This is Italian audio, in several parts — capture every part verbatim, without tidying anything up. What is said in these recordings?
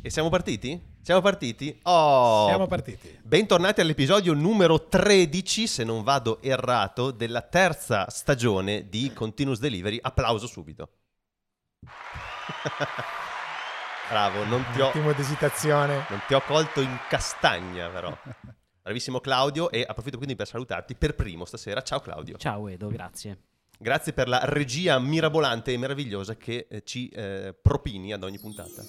E siamo partiti? Siamo partiti? Oh! Siamo partiti. Bentornati all'episodio numero tredici, se non vado errato, della terza stagione di Continuous Delivery. Applauso subito. Bravo, non ti ho... Un attimo di esitazione. Non ti ho colto in castagna, però. Bravissimo Claudio, e approfitto quindi per salutarti per primo stasera. Ciao Claudio. Ciao Edo, grazie. Grazie per la regia mirabolante e meravigliosa che eh, ci eh, propini ad ogni puntata.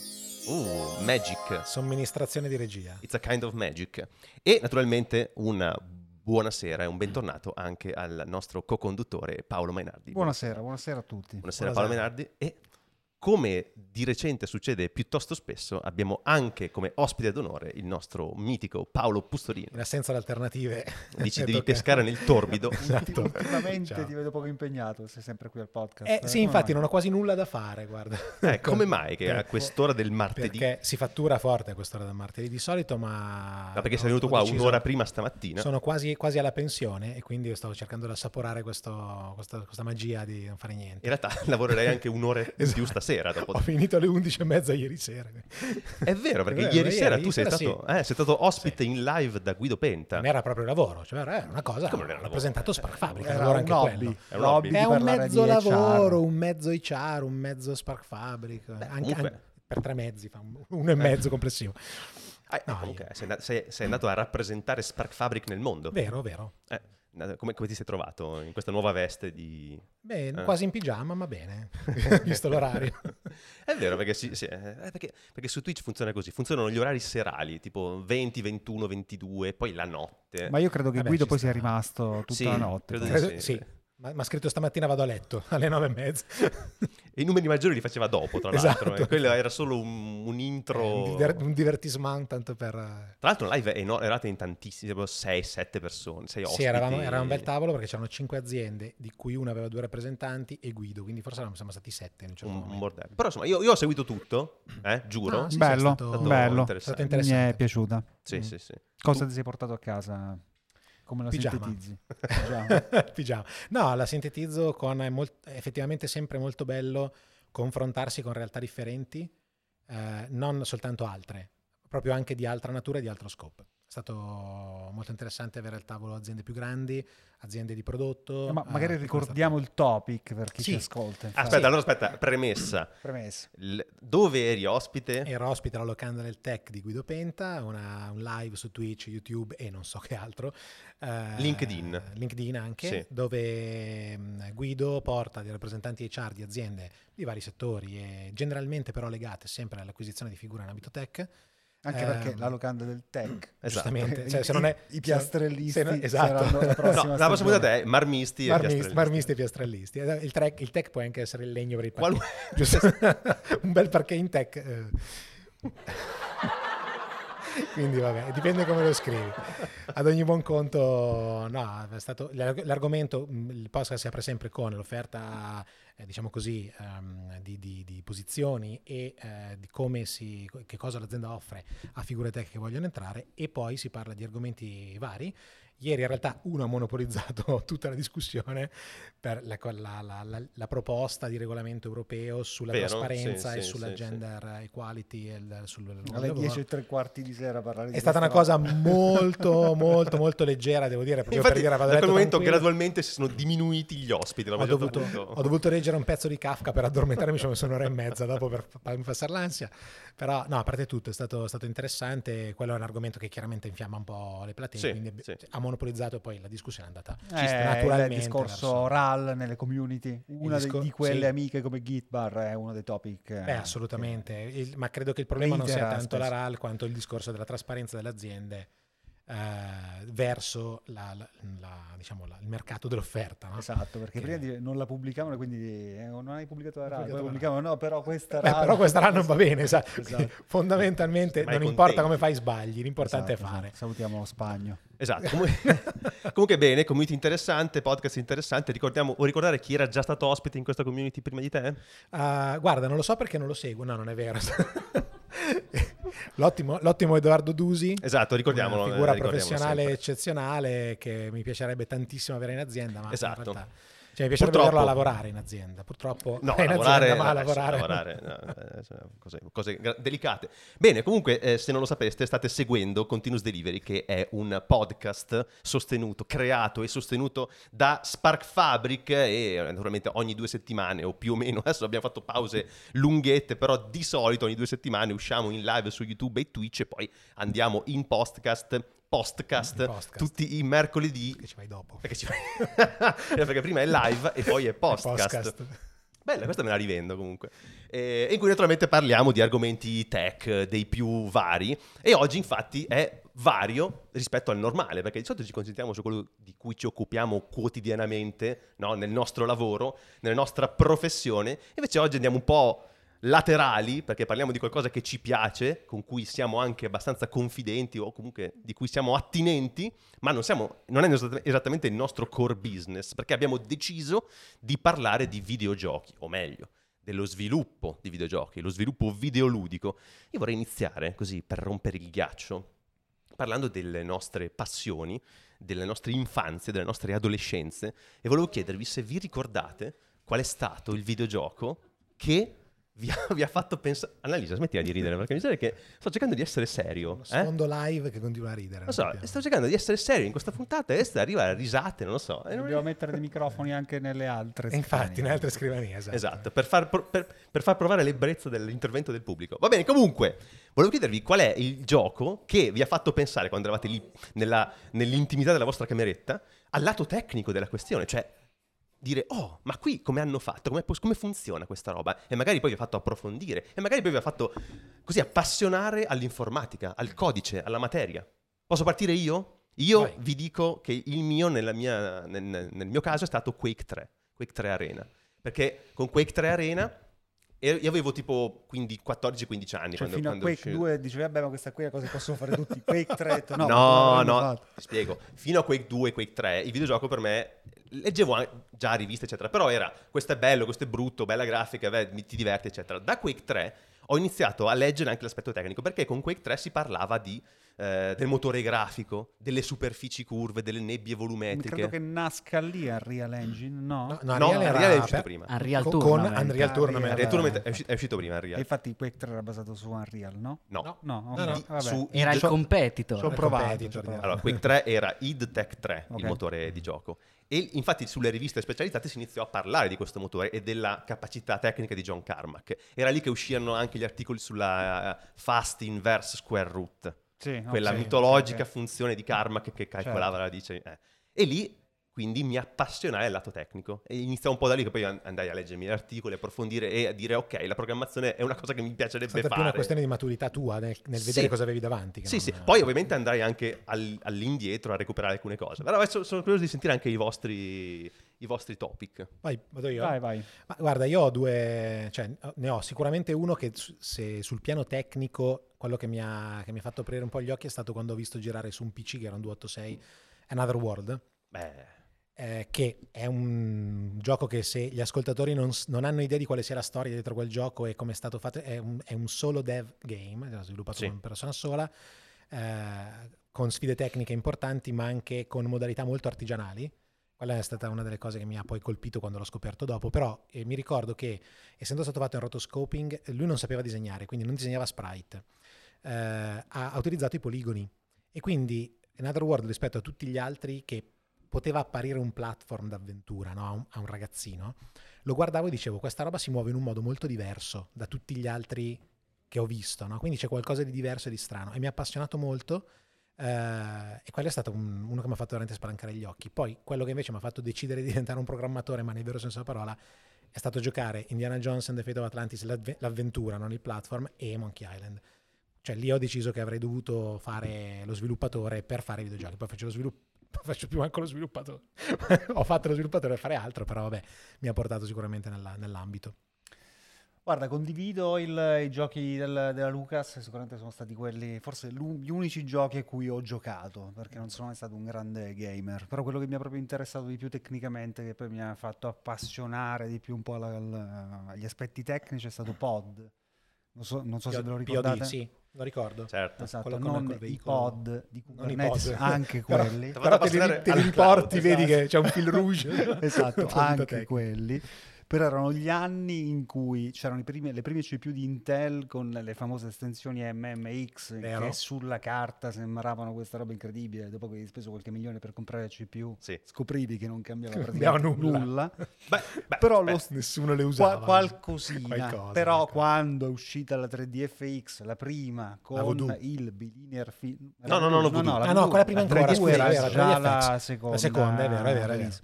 Uh, magic. Somministrazione di regia. It's a kind of magic. E naturalmente una buonasera e un bentornato anche al nostro co-conduttore Paolo Mainardi. Buonasera, buonasera a tutti. Buonasera, Buonasera. Paolo Mainardi. E come di recente succede piuttosto spesso, abbiamo anche come ospite d'onore il nostro mitico Paolo Pustorini. In assenza di alternative. Dici, devi tocca- pescare nel torbido. Esatto. Ultimamente Ciao. ti vedo poco impegnato, sei sempre qui al podcast. Eh, sì, Come infatti mai? non ho quasi nulla da fare, guarda. Eh, come mai che a Per- quest'ora del martedì... Perché si fattura forte a quest'ora del martedì di solito, ma... No, perché sei ho- venuto ho qua deciso- un'ora prima stamattina. Sono quasi, quasi alla pensione e quindi io stavo cercando di assaporare questo, questa, questa magia di non fare niente. In realtà lavorerei anche un'ora in più Esatto. stasera. Dopo. Ho finito alle undici e mezza ieri sera. È vero, perché È vero, ieri ieri- sera tu ieri sei sera stato, sì. eh, sei stato ospite in live da Guido Penta. Non era proprio lavoro, cioè era una cosa. Come non era ho lavoro? presentato Spark Fabric, Era lavoro un anche hobby. quello. È un hobby. di È un parlare mezzo di H R. lavoro, un mezzo H R, un mezzo Spark Fabric, anche, comunque- anche per tre mezzi, fa un- uno e mezzo complessivo. Ah, No, comunque, io- sei, andato, sei- sei andato a rappresentare Spark Fabric nel mondo. Vero, vero. Eh, come, come ti sei trovato in questa nuova veste di... Beh, Eh. quasi in pigiama, ma bene, visto l'orario. È vero, perché, si- si- eh, perché, perché su Twitch funziona così, funzionano gli orari serali, tipo venti, ventuno, ventidue, poi la notte. Ma io credo che Vabbè, Guido ci poi sta. sia rimasto tutta Sì, la notte. credo di poi. Credo- sì. sì, ma ha scritto stamattina vado a letto alle nove e mezza. E i numeri maggiori li faceva dopo, tra Esatto. l'altro. eh. Quello era solo un, un intro... Eh, un, diver- un divertissement tanto per... Tra l'altro la live è eno- erate in tantissimi, tipo sei sette persone, sei Sì, ospiti. eravamo, era un bel tavolo perché c'erano cinque aziende, di cui una aveva due rappresentanti e Guido, quindi forse eravamo siamo stati sette in un certo Un, un momento. bordello. Però insomma, io, io ho seguito tutto, eh, giuro. Ah, sì, Bello, sì, è stato- Stato bello. interessante. È stato Mi interessante. è piaciuta. Sì, Mm. sì, sì. Cosa ti sei portato a casa? Come la Pigiama. sintetizzi? Pigiama. Pigiama. No, la sintetizzo con è molt- è effettivamente sempre molto bello confrontarsi con realtà differenti, eh, non soltanto altre, proprio anche di altra natura e di altro scopo. È stato molto interessante avere al tavolo aziende più grandi, aziende di prodotto. Ma magari eh, ricordiamo il topic per chi Sì. ci ascolta. infatti. Aspetta, allora aspetta, premessa. Premesso. L- dove eri ospite? Ero ospite alla locanda del tech di Guido Penta, una- un live su Twitch, YouTube e non so che altro. eh, LinkedIn. LinkedIn anche, Sì. dove mh, Guido porta dei rappresentanti H R di aziende di vari settori e generalmente però legate sempre all'acquisizione di figure in ambito tech. Anche Ehm, perché la locanda del tech. Esatto. Giustamente, cioè, I- se non è, i- i piastrellisti se non- esatto. saranno la prossima No, la prossima stagione. puntata è Marmisti e Marmisti, Piastrellisti. marmisti e piastrellisti. Eh, Il, track- il tech può anche essere il legno per i Qualu- parquet. Giusto? Un bel parquet in tech. eh. Quindi vabbè, dipende come lo scrivi. Ad ogni buon conto, no, è stato l'arg- l'argomento, mh, il podcast si apre sempre con l'offerta, eh, diciamo così, ehm, di, di- di posizioni e eh, di come si, che cosa l'azienda offre a figure tech che vogliono entrare, e poi si parla di argomenti vari. Ieri in realtà uno ha monopolizzato tutta la discussione per la, la- la- la- la proposta di regolamento europeo sulla Vero? trasparenza Sì, e sì, sulla sì, gender equality e il- sul sul Alle lavoro. dieci e tre quarti di sera parlare di È stata una questa cosa molto, molto, molto leggera, devo dire, proprio Infatti, per dire vado a da letto quel momento tranquillo. gradualmente si sono diminuiti gli ospiti. Ho l'abbiamo già dovuto, fatto. ho dovuto leggere un pezzo di Kafka per addormentarmi, ci ho messo un'ora e mezza dopo per farmi passare l'ansia. Però no, a parte tutto è stato, stato interessante, quello è un argomento che chiaramente infiamma un po' le platee, Sì, quindi sì. ha monopolizzato, poi la discussione è andata Eh, naturalmente il discorso verso- R A L nelle community, una Il de- discor- di quelle sì. amiche come Gitbar è uno dei topic. eh, Beh, assolutamente, Il- ma credo che il problema non sia Reitera tanto la spesso. R A L quanto il discorso della trasparenza delle aziende eh, verso la- la- la- diciamo, la- il mercato dell'offerta. No? Esatto, perché Che- prima di- non la pubblicavano, quindi eh, non hai pubblicato la R A L, Pubblicato poi la pubblicavano no, però questa Beh, R A L però questa R A L non va bene, esatto. Esatto. Fondamentalmente Mai non importa contenti. come fai sbagli, l'importante Esatto, è fare. esatto. Salutiamo Spagno. Esatto. Comunque, comunque bene, community interessante, podcast interessante. Ricordiamo, vuoi ricordare chi era già stato ospite in questa community prima di te? Ah, guarda, non lo so perché non lo seguo, no, non è vero. L'ottimo, l'ottimo Edoardo Dusi, Esatto, ricordiamolo. una figura eh, ricordiamolo professionale sempre. eccezionale che mi piacerebbe tantissimo avere in azienda, ma Esatto. in realtà Cioè, mi piacerebbe Purtroppo- vederlo a lavorare in azienda, purtroppo No, è in lavorare, azienda, ma a no, eh, sì, lavorare... lavorare, no, eh, sono cose, cose gra- delicate. Bene, comunque, eh, se non lo sapeste, state seguendo Continuous Delivery, che è un podcast sostenuto, creato e sostenuto da Spark Fabric, e eh, naturalmente ogni due settimane o più o meno, adesso abbiamo fatto pause lunghette, però di solito ogni due settimane usciamo in live su YouTube e Twitch e poi andiamo in podcast, postcast, In podcast. tutti i mercoledì. Che ci vai dopo. Perché, ci... perché prima è live e poi è podcast. Podcast. Bella, questa me la rivendo comunque. Eh, in cui naturalmente parliamo di argomenti tech, dei più vari. E oggi infatti è vario rispetto al normale, perché di solito ci concentriamo su quello di cui ci occupiamo quotidianamente, no? Nel nostro lavoro, nella nostra professione. Invece oggi andiamo un po' laterali, perché parliamo di qualcosa che ci piace, con cui siamo anche abbastanza confidenti o comunque di cui siamo attinenti, ma non, siamo, non è esatt- esattamente il nostro core business, perché abbiamo deciso di parlare di videogiochi, o meglio, dello sviluppo di videogiochi, lo sviluppo videoludico. Io vorrei iniziare così, per rompere il ghiaccio, parlando delle nostre passioni, delle nostre infanzie, delle nostre adolescenze, e volevo chiedervi se vi ricordate qual è stato il videogioco che vi ha, vi ha fatto pensare... Annalisa, smettila di ridere, perché mi sa che sto cercando di essere serio. Uno Eh? sfondo live che continua a ridere. Non so, non capiamo. sto cercando di essere serio in questa puntata e sta arriva a risate, non lo so. E non- Dobbiamo mettere dei microfoni anche nelle altre E infatti, scrivanie. nelle altre scrivanie, esatto. Esatto, per far, pro- per- per far provare l'ebbrezza dell'intervento del pubblico. Va bene, comunque, volevo chiedervi qual è il gioco che vi ha fatto pensare, quando eravate lì nella- nell'intimità della vostra cameretta, al lato tecnico della questione, cioè dire, oh, ma qui come hanno fatto, come, come funziona questa roba? E magari poi vi ha fatto approfondire, e magari poi vi ha fatto così appassionare all'informatica, al codice, alla materia. Posso partire io? Io Vai. vi dico che il mio, nella mia, nel, nel mio caso, è stato Quake tre, Quake tre Arena. Perché con Quake tre Arena e io avevo tipo quindi quattordici quindici anni. Cioè, quando, fino a quando è Quake uscito. due dicevi, vabbè, ma questa qui è una cosa che possono fare tutti. Quake tre, ho detto, no, No, ma come no, l'avranno fatto? ti spiego. Fino a Quake due, Quake tre, il videogioco per me, leggevo an- già riviste, eccetera, però era, questo è bello, questo è brutto, bella grafica, beh, mi- ti diverti, eccetera. Da Quake tre ho iniziato a leggere anche l'aspetto tecnico, perché con Quake tre si parlava di, eh, del motore grafico, delle superfici curve, delle nebbie volumetriche. Credo che nasca lì Unreal Engine, no? No, No, Unreal era Unreal è uscito per- prima. Unreal con, Tournament. con Unreal Tournament. Unreal Tournament è, infatti. usci- è uscito prima, E Unreal. infatti Quake tre era basato su Unreal, no? No. No. No, No, ok, no. vabbè. Su Era il So- competitor. Ci ho il provato, competitor, ci ho provato. Allora, Quake tre era id Tech tre, Ok. il motore di gioco. E infatti sulle riviste specializzate si iniziò a parlare di questo motore e della capacità tecnica di John Carmack. Era lì che uscirono anche gli articoli sulla eh, Fast Inverse Square Root, Sì, no, quella sì, mitologica sì, sì. funzione di Carmack che calcolava la radice. eh. E lì quindi mi appassionai al lato tecnico e iniziò un po' da lì che poi an- andai a leggermi gli articoli, approfondire e a dire ok, la programmazione è una cosa che mi È piacerebbe stata fare. più una questione di maturità tua nel, nel Sì. vedere cosa avevi davanti. che Sì, non- sì. Poi ovviamente andrai anche al- all'indietro a recuperare alcune cose. Però adesso sono curioso di sentire anche i vostri, i vostri topic. Vai, vado io? Vai, vai. Ma guarda, io ho due, cioè ne ho sicuramente uno che su- se sul piano tecnico quello che mi, ha, che mi ha fatto aprire un po' gli occhi è stato quando ho visto girare su un P C che era un duecentoottantasei Another World, Beh, eh, che è un gioco che se gli ascoltatori non, s- non hanno idea di quale sia la storia dietro quel gioco e come è stato fatto, è un, è un solo dev game, è sviluppato Sì. con persona sola, eh, con sfide tecniche importanti ma anche con modalità molto artigianali. Quella è stata una delle cose che mi ha poi colpito quando l'ho scoperto dopo, però eh, mi ricordo che essendo stato fatto in rotoscoping, lui non sapeva disegnare, quindi non disegnava sprite, eh, ha, ha utilizzato i poligoni e quindi Another World rispetto a tutti gli altri che poteva apparire un platform d'avventura, no? a, un, a un ragazzino, lo guardavo e dicevo questa roba si muove in un modo molto diverso da tutti gli altri che ho visto, no? Quindi c'è qualcosa di diverso e di strano e mi ha appassionato molto. Uh, e quello è stato un, uno che mi ha fatto veramente spalancare gli occhi. Poi quello che invece mi ha fatto decidere di diventare un programmatore, ma nel vero senso della parola, è stato giocare Indiana Jones and the Fate of Atlantis, l'avve- l'avventura, non il platform, e Monkey Island. Cioè lì ho deciso che avrei dovuto fare lo sviluppatore per fare i videogiochi. Poi faccio lo sviluppo, non faccio più manco lo sviluppatore. Ho fatto lo sviluppatore per fare altro, però vabbè, mi ha portato sicuramente nella- nell'ambito. Guarda, condivido il- i giochi del- della Lucas, sicuramente sono stati quelli, forse l'u- gli unici giochi a cui ho giocato, perché non sono mai stato un grande gamer, però quello che mi ha proprio interessato di più tecnicamente, che poi mi ha fatto appassionare di più un po' alla- alla- agli aspetti tecnici, è stato Pod. Non so, non so se ve lo P O D, ricordate. sì. lo ricordo. Certo. Esatto, Quello con- non col i veicolo. pod di Non i Kubernetes, pod. anche Però- quelli. Ti Però fatto te li, passare te li al riporti, cloud, vedi esatto. che c'è un fil rouge. Esatto, Punto anche tecnico. quelli. Però erano gli anni in cui c'erano i primi- le prime C P U di Intel con le famose estensioni M M X Vero. che sulla carta sembravano questa roba incredibile. Dopo che hai speso qualche milione per comprare la C P U, Sì. scoprivi che non cambiava Non praticamente cambiava nulla. nulla. Beh, beh, Però beh, lo Nessuno le qua- usava. qualcosina. Qualcosa, Però qualcosa. quando è uscita la tre D F X, la prima con Voodoo. il bilinear film. No, no, no, no, Voodoo. Ah, no, quella prima la ancora, tre D scusa, era era già tre D F X. la seconda. La seconda, è vero, è vero, è vero. release.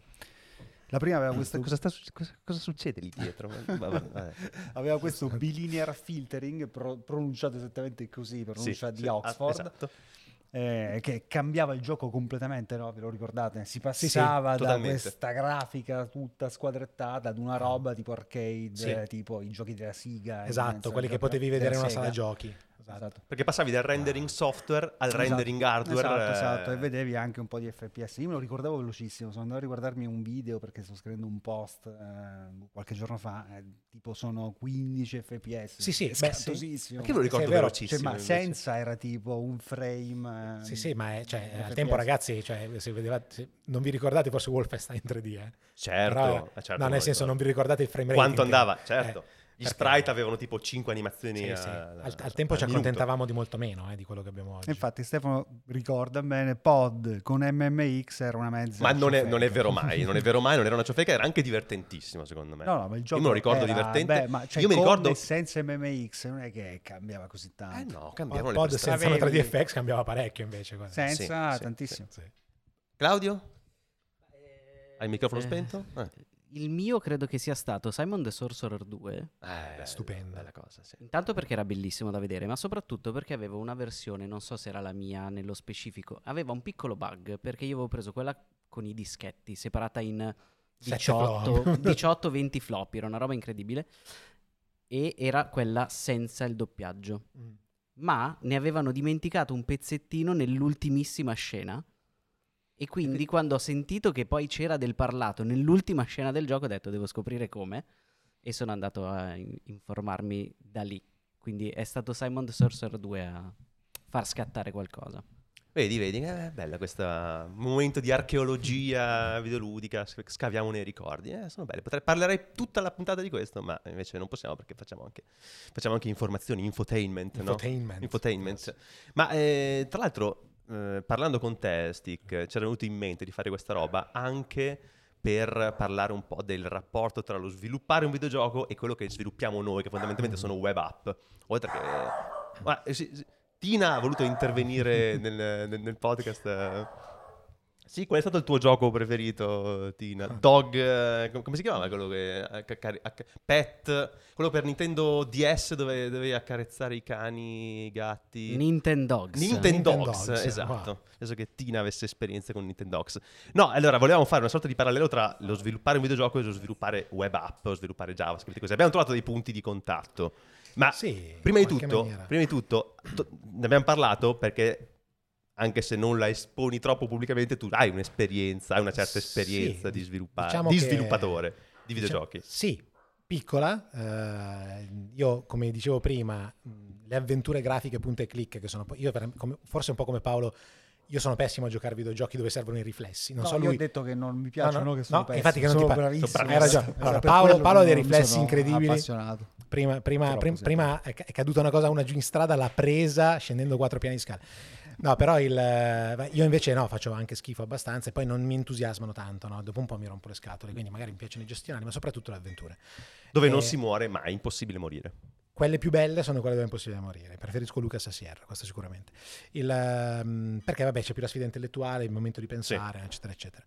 La prima aveva questo, cosa, sta suc- cosa, cosa succede lì dietro? Vabbè, vabbè. aveva questo bilinear filtering pro- pronunciato esattamente così, pronuncia Sì, di sì, ah, Oxford, esatto. eh, che cambiava il gioco completamente, no? Ve lo ricordate? Si Sì, sì, passava da totalmente. questa grafica tutta squadrettata ad una roba tipo arcade, Sì. eh, tipo i giochi della Siga. Esatto, quelli che giochi potevi della vedere in una Sega. sala giochi. Esatto. Esatto. Perché passavi dal rendering software al Esatto. rendering hardware. Esatto, eh, esatto, e vedevi anche un po' di F P S. Io me lo ricordavo velocissimo, sono andato a riguardarmi un video perché sto scrivendo un post eh, qualche giorno fa, eh, tipo sono quindici F P S. Sì, sì, È beh, scarsosissimo. Anche io me lo ricordo Sì, è vero. velocissimo. Cioè, ma invece. senza era tipo un frame. eh, Sì, sì, ma è- cioè, al F P S. tempo ragazzi, cioè, se vedeva, se- non vi ricordate forse Wolfenstein tre D, eh? Certo, Però, eh, certo, no, nel me lo senso ricordo. non vi ricordate il frame rate. Quanto intendo. andava, certo. Eh, Gli perché- sprite avevano tipo cinque animazioni Sì, sì. a- Al, al tempo ci al minuto. accontentavamo di molto meno eh, di quello che abbiamo oggi. Infatti Stefano ricorda bene, Pod con M M X era una mezza Ma non è, ciofeca. non è vero mai, non è vero mai, non era una ciofeca, era anche divertentissimo secondo me. No, no, ma il gioco Io me lo ricordo era- divertente. beh, ma cioè, Io mi con ricordo... e senza M M X non è che cambiava così Eh tanto. no, Pod, cambiavano le Pod prestazioni. senza la tre D Avevi- F X cambiava parecchio invece. guarda. Senza, Sì, sì, tantissimo. Sì. Claudio? Hai il microfono Eh, spento? Eh. Il mio credo che sia stato Simon the Sorcerer due. Eh, stupenda. bella cosa, sì. Intanto perché era bellissimo da vedere, ma soprattutto perché aveva una versione, non so se era la mia nello specifico, aveva un piccolo bug perché io avevo preso quella con i dischetti, separata in Sette diciotto, flop. diciotto venti floppy, era una roba incredibile, e era quella senza il doppiaggio. Mm. Ma ne avevano dimenticato un pezzettino nell'ultimissima scena. E quindi quando ho sentito che poi c'era del parlato nell'ultima scena del gioco ho detto devo scoprire come, e sono andato a in- informarmi da lì. Quindi è stato Simon the Sorcerer due a far scattare qualcosa. Vedi, vedi, è bella questa momento di archeologia videoludica, sc- scaviamo nei ricordi, eh, sono belle. Potrei, parlerei tutta la puntata di questo, ma invece non possiamo perché facciamo anche, facciamo anche informazioni, infotainment, no? Infotainment. Infotainment. Yes. Ma eh, tra l'altro, eh, parlando con te, Stick, ci era venuto in mente di fare questa roba anche per parlare un po' del rapporto tra lo sviluppare un videogioco e quello che sviluppiamo noi, che fondamentalmente sono web app. Oltre che... Ma, eh, sì, sì, Tina ha voluto intervenire nel, nel- nel podcast. eh. Sì, qual è stato il tuo gioco preferito, Tina? Dog, eh, com- come si chiamava quello che... acca- acca- acca- Pet, quello per Nintendo D S dove dovevi accarezzare i cani, i gatti... Nintendogs. Nintendogs, Nintendogs, esatto. wow. Penso che Tina avesse esperienze con Nintendogs. No, allora volevamo fare una sorta di parallelo tra lo sviluppare un videogioco e lo sviluppare web app, o sviluppare JavaScript e così. Abbiamo trovato dei punti di contatto. Ma Sì, prima di in qualche tutto, maniera. prima di tutto, to- ne abbiamo parlato perché anche se non la esponi troppo pubblicamente, tu hai un'esperienza, hai una certa Sì, esperienza di, sviluppa- diciamo di che- sviluppatore di videogiochi. Diciamo- sì, piccola. eh, io, come dicevo prima, mh, le avventure grafiche punta e clic, che sono... po- Io, per- come- forse un po' come Paolo, io sono pessimo a giocare a videogiochi dove servono i riflessi. Non No, so io lui... ho detto che non mi piacciono, No, no, che sono no, pessimi, infatti che non ti sono pa- bravissimo. sono Hai ragione. Esatto, Allora, per Paolo- quello Paolo ha dei non riflessi sono incredibili. appassionato. Prima, prima, Troppo, prim- sì. prima è ca- è caduta una cosa, una giù in strada, l'ha presa scendendo quattro piani di scala. No, però il, eh, io invece no, faccio anche schifo abbastanza e poi non mi entusiasmano tanto, no? Dopo un po' mi rompo le scatole, quindi magari mi piacciono i gestionali, ma soprattutto le avventure. Dove non Eh, si muore mai, impossibile morire. Quelle più belle sono quelle dove è impossibile morire. Preferisco Lucas a Sierra, questo sicuramente. Il, ehm, perché vabbè c'è più la sfida intellettuale, il momento di pensare, eccetera, eccetera.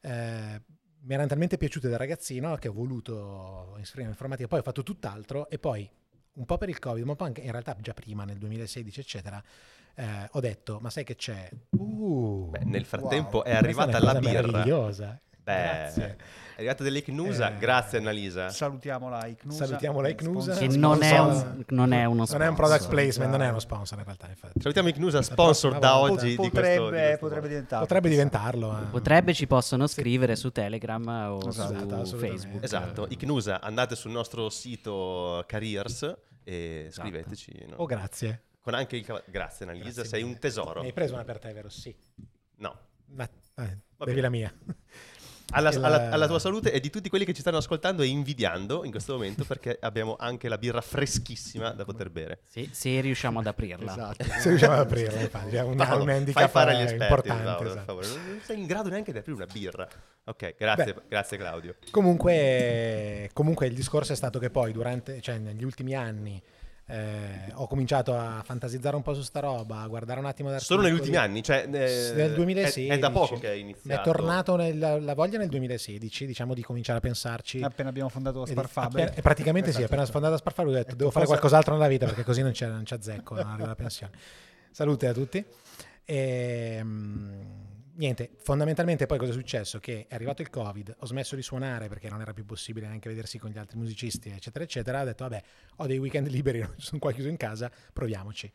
Eh, mi erano talmente piaciute da ragazzino che ho voluto iscrivermi in informatica, poi ho fatto tutt'altro e poi un po' per il Covid, ma poi anche in realtà già prima, nel duemilasedici, eccetera, eh, ho detto, ma sai che c'è? Uh, Beh, nel frattempo wow, è arrivata questa è la una cosa birra. meravigliosa. Beh, Grazie. è arrivata dell'Icnusa, Eh, grazie Annalisa. Salutiamola Icnusa. Salutiamola Icnusa. Che Sponsor- non è, un, sponsor- non è uno Non sponsor. è un product placement, non è uno sponsor in realtà, infatti. Salutiamo Icnusa, sponsor da prossima oggi Pot- di potrebbe, questo, di questo potrebbe diventare. Potrebbe diventarlo. eh. Potrebbe, ci possono scrivere su Telegram o Esatto, su assolutamente. Facebook. Esatto, Icnusa, andate sul nostro sito Careers e Esatto. scriveteci. no? Oh, grazie. con anche il cavallo. Grazie Annalisa, Grazie sei mille. un tesoro. Ne hai preso una per te, vero? Sì. No. Ma, eh, Va bevi bene. la mia. Alla, Il- alla- alla tua salute e di tutti quelli che ci stanno ascoltando e invidiando in questo momento, perché abbiamo anche la birra freschissima da poter bere. Sì, se riusciamo ad aprirla. Esatto. Se riusciamo ad aprirla, infatti, è un, Paolo, un fai handicap fare agli eh, esperti, importante. Paolo, per esatto. favore. Non sei in grado neanche di aprire una birra. Ok, grazie, Beh. grazie Claudio. Comunque, comunque il discorso è stato che poi durante, cioè negli ultimi anni eh, ho cominciato a fantasizzare un po' su sta roba, a guardare un attimo d'articoli. Solo negli ultimi anni, cioè eh, Nel duemilasedici. È, è da poco che è Mi iniziato. è tornato nel- la voglia nel duemilasedici, diciamo, di cominciare a pensarci. Appena abbiamo fondato E di- Sparfabric. appena- e praticamente sì, appena sfondato a Sparfabric ho detto E devo tu fare cosa- qualcos'altro nella vita perché così non c'è, non c'è zecco, non arrivo alla pensione. Salute a tutti. E, mm, niente, fondamentalmente poi cosa è successo? Che è arrivato il Covid, ho smesso di suonare perché non era più possibile neanche vedersi con gli altri musicisti, eccetera, eccetera. Ho detto vabbè, ho dei weekend liberi, sono qua chiuso in casa, proviamoci.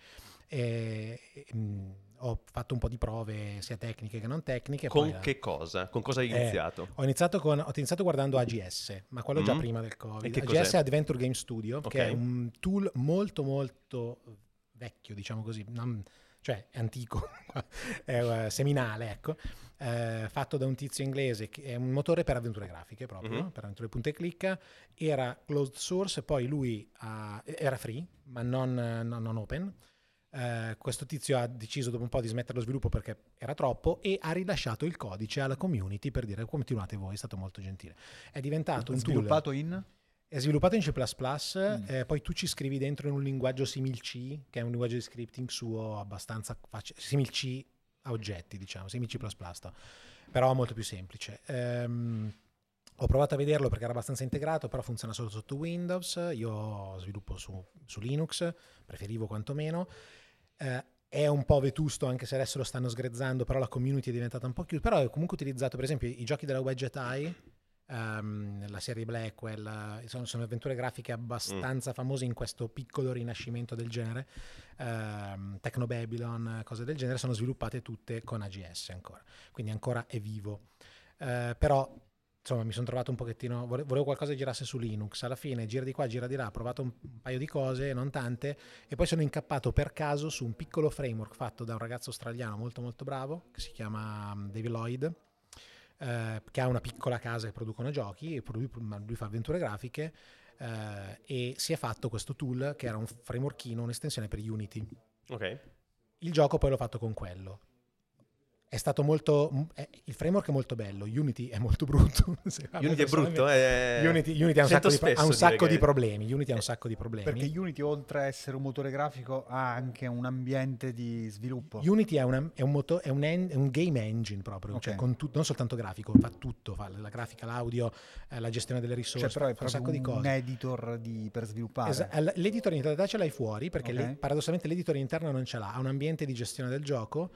E, e, mm, ho fatto un po' di prove sia tecniche che non tecniche. Con poi, che cosa? Con cosa hai Eh, iniziato? Ho iniziato, con, ho iniziato guardando A G S, ma quello già Mm. prima del E Covid. che A G S cos'è? è Adventure Game Studio, Ok. che è un tool molto molto vecchio, diciamo così, non- cioè è antico, è eh, seminale, ecco, eh, fatto da un tizio inglese, che è un motore per avventure grafiche proprio, Mhm. per avventure punta e clicca, era closed source, poi lui ha- era free, ma non, non- non open. Eh, questo tizio ha deciso dopo un po' di smettere lo sviluppo perché era troppo e ha rilasciato il codice alla community per dire continuate voi, è stato molto gentile. È diventato un tool, Sviluppato in? è sviluppato in C plus plus, Mm. eh, poi tu ci scrivi dentro in un linguaggio simil C, che è un linguaggio di scripting suo abbastanza facile, simil C a oggetti, diciamo, simil C plus plus, però molto più semplice. Ehm, ho provato a vederlo perché era abbastanza integrato, però funziona solo sotto Windows, io sviluppo su, su Linux, preferivo quantomeno. Eh, è un po' vetusto anche se adesso lo stanno sgrezzando, però la community è diventata un po' chiusa, però è comunque utilizzato, per esempio i giochi della Wedget Eye, ehm, la serie Blackwell, eh, sono, sono avventure grafiche abbastanza famose in questo piccolo rinascimento del genere, ehm, Techno Babylon, cose del genere, sono sviluppate tutte con A G S ancora, quindi ancora è vivo. Eh, però insomma mi sono trovato un pochettino, vole- volevo qualcosa che girasse su Linux, alla fine gira di qua, gira di là, ho provato un, un paio di cose, non tante, e poi sono incappato per caso su un piccolo framework fatto da un ragazzo australiano molto molto bravo, che si chiama um, David Lloyd, eh, che ha una piccola casa che producono giochi, e lui, lui fa avventure grafiche, eh, e si è fatto questo tool che era un frameworkino, un'estensione per Unity. Ok. Il gioco poi l'ho fatto con quello. È stato molto. eh, il framework è molto bello, Unity è molto brutto. Se- Unity è brutto, eh. Unity, Unity ha un Sento sacco, di, spesso ha un dire sacco che- di problemi. Unity ha un sacco di problemi. Perché Unity, oltre a essere un motore grafico, ha anche un ambiente di sviluppo. Unity è, una- è un, moto- è un, en- è un game engine proprio, Ok. cioè con tut- non soltanto grafico, fa tutto, fa la grafica, l'audio, eh, la gestione delle risorse, Cioè, però è fa un proprio sacco di un cose. editor di- per sviluppare. Esa- l- l'editor in realtà ce l'hai fuori perché Ok. le- paradossalmente l'editor interno non ce l'ha, ha un ambiente di gestione del gioco.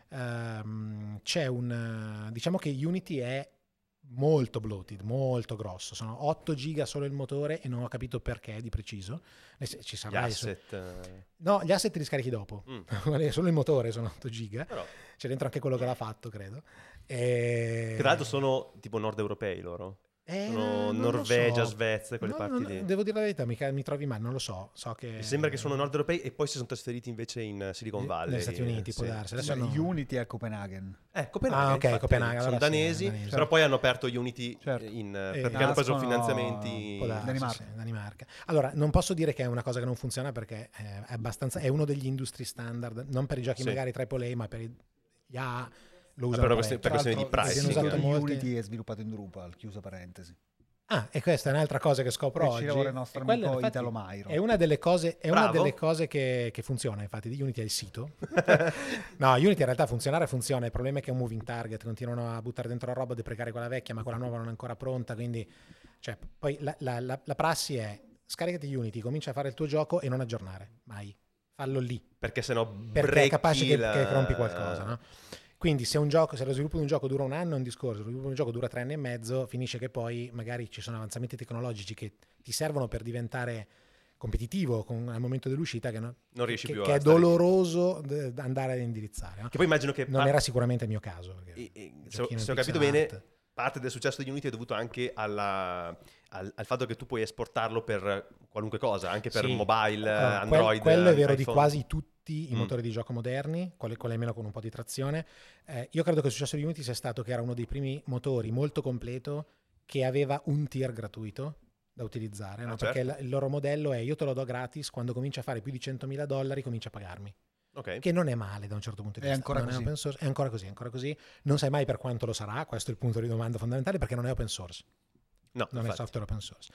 Ehm, c'è un eh, diciamo che Unity è molto bloated, molto grosso, sono otto giga solo il motore e non ho capito perché di preciso. Ne- se- ci Gli sarà il suo- asset. eh, no, gli asset li scarichi dopo. Mm. Solo il motore sono otto giga, Però, c'è dentro anche quello che l'ha fatto, credo. E... tra l'altro sono tipo nord europei loro. Eh, Sono non lo Norvegia, so. Svezia, quelle No, parti no, lì. devo dire la verità, mi, ca- mi trovi male, non lo so. So che Mi sembra che sono nord europei e poi si sono trasferiti invece in Silicon Negli Valley. Stati Uniti, può sì. darsi. Adesso Beh, hanno- Unity è a Copenaghen. Eh, Copenaghen, Ah, ok, infatti, Copenaghen, sono allora sì, danesi, danesi. però poi hanno aperto Unity Certo. in, Eh, perché hanno preso nascono- finanziamenti. Può darsi, Danimarca. sì, Danimarca. Allora, non posso dire che è una cosa che non funziona perché eh, è abbastanza è uno degli industry standard, non per i giochi Sì. magari tripla A, ma per i- gli A lo Ah, usano per questi- parecchio. per questioni di Tra l'altro, pricing. Viene usato molti- Unity è sviluppato in Drupal, chiusa parentesi. Ah, e questa è un'altra cosa che scopro E ci oggi. lavora il nostro E quella, amico infatti, Italo Mairo. È una delle cose, è una Bravo. delle cose che, che funziona, infatti, di Unity è il sito. No, Unity in realtà funzionare funziona, il problema è che è un moving target, continuano a buttare dentro la roba, deprecare quella vecchia, ma quella nuova non è ancora pronta, quindi cioè, poi la, la- la- la prassi è scaricati Unity, comincia a fare il tuo gioco e non aggiornare, mai. Fallo lì, Perché sennò perché è brecchi capace che, la- che rompi qualcosa, no? Quindi se un gioco, se lo sviluppo di un gioco dura un anno è un discorso, se lo sviluppo di un gioco dura tre anni e mezzo, finisce che poi magari ci sono avanzamenti tecnologici che ti servono per diventare competitivo con, al momento dell'uscita che, no- Non riesci che- più che a è stare- doloroso d- da andare ad indirizzare, no? Che poi immagino che Non par- era sicuramente il mio caso. perché e- e- se, giochino se ho in capito pixel bene, art. parte del successo di Unity è dovuto anche alla- al, al fatto che tu puoi esportarlo per qualunque cosa, anche per Sì. mobile, Allora, quel- Android, quello è vero di iPhone. quasi tutti tutti i Mm. motori di gioco moderni, quale, quale almeno con un po' di trazione. Eh, io credo che il successo di Unity sia stato che era uno dei primi motori molto completo che aveva un tier gratuito da utilizzare, Ah, no? certo. Perché il, il loro modello è io te lo do gratis, quando cominci a fare più di centomila dollari cominci a pagarmi. Ok. Che non è male da un certo punto di È vista. ancora Non così. open source, è ancora così, è ancora così. Non sai mai per quanto lo sarà, questo è il punto di domanda fondamentale, perché non è open source, No, non è infatti. software open source.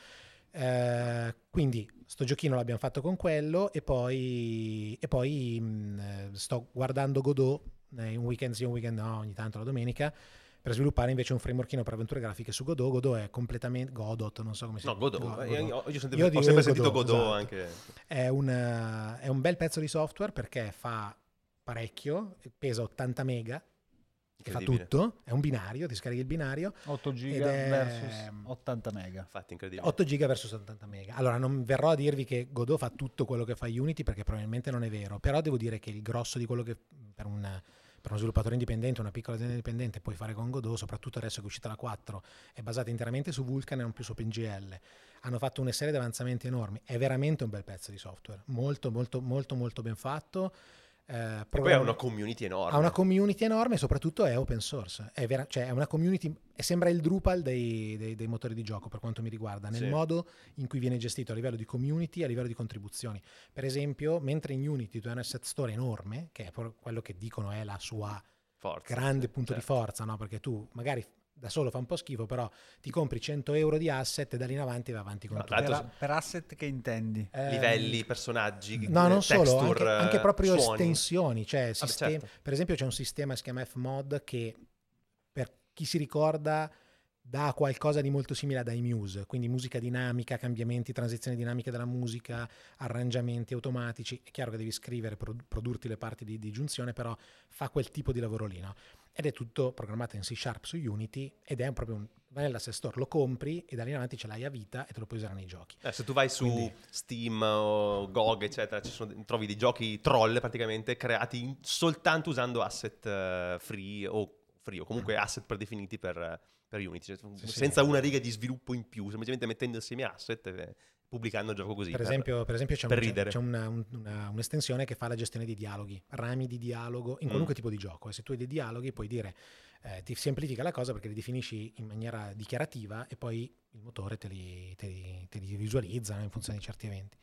Eh, quindi sto giochino l'abbiamo fatto con quello e poi, e poi mh, eh, sto guardando Godot, eh, un weekend sì, un weekend no, ogni tanto la domenica, per sviluppare invece un frameworkino per avventure grafiche su Godot. Godot è completamente Godot, non so come si No, Godot. Go- Eh, Godot. Io, ho sempre, Io ho dico sempre sentito Godot, Godot esatto. anche. È un, eh, è un bel pezzo di software perché fa parecchio, pesa ottanta mega, che fa Incredibile. tutto, è un binario, ti scarichi il binario, otto Ed giga è- versus ottanta mega. Infatti, incredibile. otto giga versus ottanta mega. Allora non verrò a dirvi che Godot fa tutto quello che fa Unity perché probabilmente non è vero, però devo dire che il grosso di quello che per, un, per uno sviluppatore indipendente, una piccola azienda indipendente puoi fare con Godot, soprattutto adesso che è uscita la quattro, è basata interamente su Vulkan e non più su OpenGL. Hanno fatto una serie di avanzamenti enormi, è veramente un bel pezzo di software, molto molto molto molto ben fatto. Eh, E poi ha programm- una community enorme. ha una community enorme e soprattutto è open source. È, vera- cioè è una community, e sembra il Drupal dei, dei- dei motori di gioco per quanto mi riguarda, nel Sì. modo in cui viene gestito a livello di community e a livello di contribuzioni. Per esempio, mentre in Unity tu hai un asset store enorme, che è por- quello che dicono è la sua Forza, grande sì, punto certo. di forza, no? Perché tu magari da solo fa un po' schifo, però ti compri cento euro di asset e da lì in avanti vai avanti con No, tutto. tra Per, l'altro- a- per asset che intendi? Ehm, Livelli, personaggi, No, non eh, solo, texture, anche, anche proprio suoni. estensioni. Cioè sistem- certo. Per esempio c'è un sistema che si chiama Fmod che, per chi si ricorda, dà qualcosa di molto simile ad iMuse, quindi musica dinamica, cambiamenti, transizioni dinamiche della musica, arrangiamenti automatici. È chiaro che devi scrivere, produ- produrti le parti di, di giunzione, però fa quel tipo di lavoro lì, no? Ed è tutto programmato in C Sharp su Unity ed è proprio un... vai nell'asset store, lo compri e da lì in avanti ce l'hai a vita e te lo puoi usare nei giochi. Eh, se tu vai su Quindi- Steam o G O G, eccetera, ci sono, trovi dei giochi troll praticamente creati in- soltanto usando asset eh, free o free o comunque asset predefiniti per, per Unity, cioè, Sì, sì. senza una riga di sviluppo in più, semplicemente mettendo insieme asset e pubblicando il gioco così. Per esempio, per esempio c'è, per un- c'è- ridere. c'è una- un- una- un'estensione che fa la gestione di dialoghi, rami di dialogo in qualunque Mm. tipo di gioco. E se tu hai dei dialoghi puoi dire, eh, ti semplifica la cosa perché li definisci in maniera dichiarativa e poi il motore te li, te li- te li visualizza, no, in funzione di certi eventi.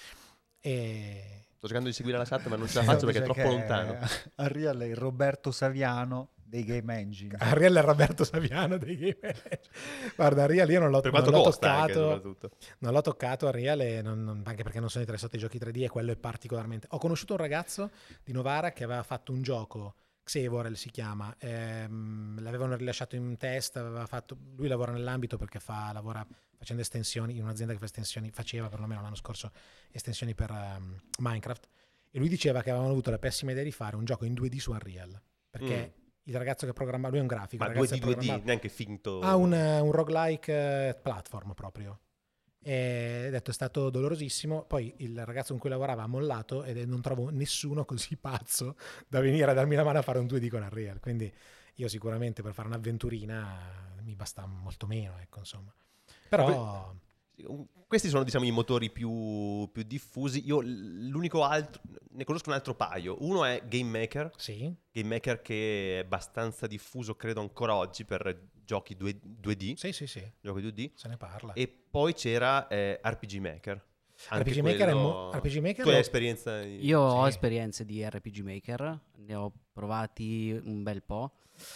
E... Sto cercando di seguire la chat ma non ce la Sì, faccio perché è dice troppo che lontano. Unreal è il Roberto Saviano dei game engine. Ariel è Roberto Saviano dei Game Engine. Guarda, Ariel io non l'ho, Per non quanto l'ho costa anche, toccato. soprattutto. Non l'ho toccato Unreal e non- non- anche perché non sono interessato ai giochi tre D e quello è particolarmente... Ho conosciuto un ragazzo di Novara che aveva fatto un gioco, Xevorel si chiama, ehm, l'avevano rilasciato in test, aveva fatto... lui lavora nell'ambito perché fa, lavora facendo estensioni in un'azienda che fa estensioni, faceva perlomeno l'anno scorso estensioni per ehm, Minecraft, e lui diceva che avevano avuto la pessima idea di fare un gioco in due D su Unreal, perché il ragazzo che programma, lui è un grafico, Ma il due ragazzo D, che due D, programma- neanche finto. ha un, un roguelike eh, platform proprio. E ha detto è stato dolorosissimo. Poi il ragazzo con cui lavorava ha mollato ed è- non trovo nessuno così pazzo da venire a darmi la mano a fare un due D con Unreal. Quindi io sicuramente per fare un'avventurina mi basta molto meno, ecco, insomma. Però Questi sono, diciamo, i motori più, più diffusi. Io l- l'unico altro, ne conosco un altro paio. Uno è Game Maker, sì, Game Maker che è abbastanza diffuso, credo ancora oggi, per giochi due D, sì, sì, sì, giochi due D. se ne parla. E poi c'era eh, R P G Maker. Anche R P G Maker è quello- mo- R P G Maker Tu hai lo- esperienza? in- Io ho Sì. esperienze di R P G Maker, ne ho provati un bel po'.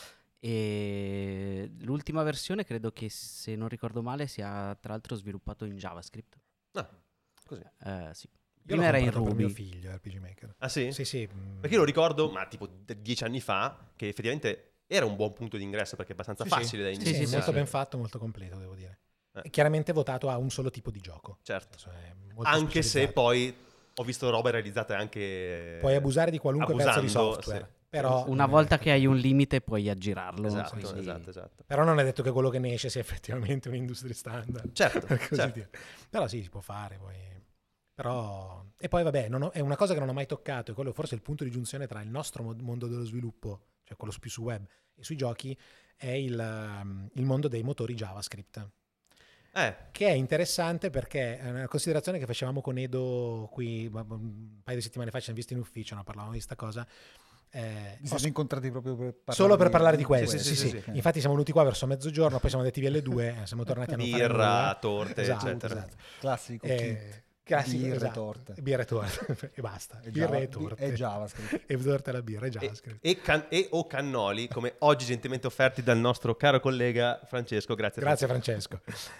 E l'ultima versione credo che, se non ricordo male, sia tra l'altro sviluppato in JavaScript. Ah, così. Eh, sì. Io Prima l'ho era in comprato per mio Ruby. figlio R P G Maker. Ah sì? Sì, sì. mm. Perché io lo ricordo, ma tipo d- dieci anni fa, che effettivamente era un buon punto di ingresso perché è abbastanza Sì, facile da sì, sì, iniziare. sì, molto ben fatto, molto completo, devo dire. Eh. È chiaramente votato a un solo tipo di gioco. Certo. Adesso è molto Anche se specializzato. poi ho visto robe realizzate anche... Puoi abusare di qualunque pezzo di abusando, software. sì. Però Una non è volta detto che hai un limite puoi aggirarlo. Esatto, quindi- esatto, esatto. Però non è detto che quello che ne esce sia effettivamente un industry standard. Certo, per così certo. dire. Però sì, si può fare. Poi. Però... E poi vabbè, non ho- è una cosa che non ho mai toccato, e quello forse è il punto di giunzione tra il nostro mo- mondo dello sviluppo, cioè quello più su web, e sui giochi, è il, um, il mondo dei motori JavaScript. Eh. che è interessante perché è una considerazione che facevamo con Edo qui un paio di settimane fa, ci siamo visti in ufficio, no? Parlavamo di sta cosa. Eh, Vi siete incontrati proprio per parlare solo per di, parlare di di questo, sì, sì, sì, sì. sì. Infatti siamo venuti qua verso mezzogiorno, poi siamo andati via alle due, siamo tornati a non fare Birra, nulla. torte, Esatto, eccetera. esatto. Classico Eh, kit. classico, Birre e esatto. torte. Birre e torte e basta. E Birre Java- e torte e JavaScript. e torte alla birra e E, JavaScript. e, can- e o cannoli, come oggi gentilmente offerti dal nostro caro collega Francesco. Grazie, Grazie Francesco.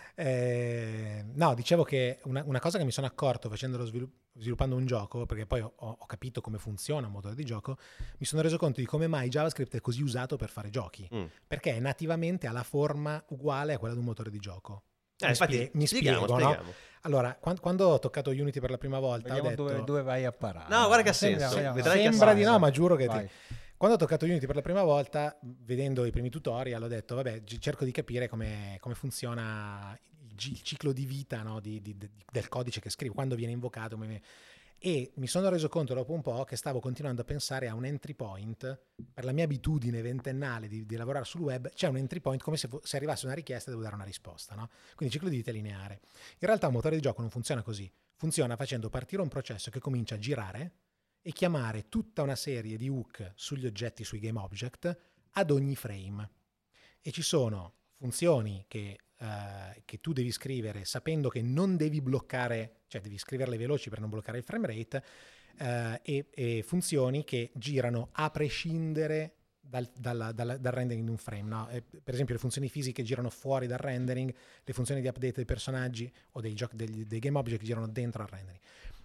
Eh, no, dicevo che una, una cosa che mi sono accorto facendo lo svilupp- sviluppando un gioco, perché poi ho, ho capito come funziona un motore di gioco, mi sono reso conto di come mai JavaScript è così usato per fare giochi, Mm. perché nativamente ha la forma uguale a quella di un motore di gioco. Eh, mi, infatti, spie- mi spieghiamo, spiego, no? spieghiamo. Allora, quan- quando ho toccato Unity per la prima volta, Vediamo ho detto... dove, dove vai a parare. No, guarda che ha Sembra- senso. vediamo. Vedrai che ha Sembra di senso. no, ma giuro che Vai. ti... Quando ho toccato Unity per la prima volta, vedendo i primi tutorial, ho detto, vabbè, gi- cerco di capire come, come funziona il, gi- il ciclo di vita, no, di- di- di- del codice che scrivo, quando viene invocato. come viene- E mi sono reso conto dopo un po' che stavo continuando a pensare a un entry point. Per la mia abitudine ventennale di, di lavorare sul web, c'è un entry point come se, fo- se arrivasse una richiesta e devo dare una risposta, no? Quindi ciclo di vita lineare. In realtà un motore di gioco non funziona così. Funziona facendo partire un processo che comincia a girare e chiamare tutta una serie di hook sugli oggetti, sui game object, ad ogni frame. E ci sono funzioni che, eh, che tu devi scrivere sapendo che non devi bloccare, cioè devi scriverle veloci per non bloccare il frame rate, eh, e, e funzioni che girano a prescindere dal, dalla- dalla- dal rendering di un frame. No? Eh, per esempio le funzioni fisiche girano fuori dal rendering, le funzioni di update dei personaggi o dei, giochi, degli- dei game object girano dentro al rendering.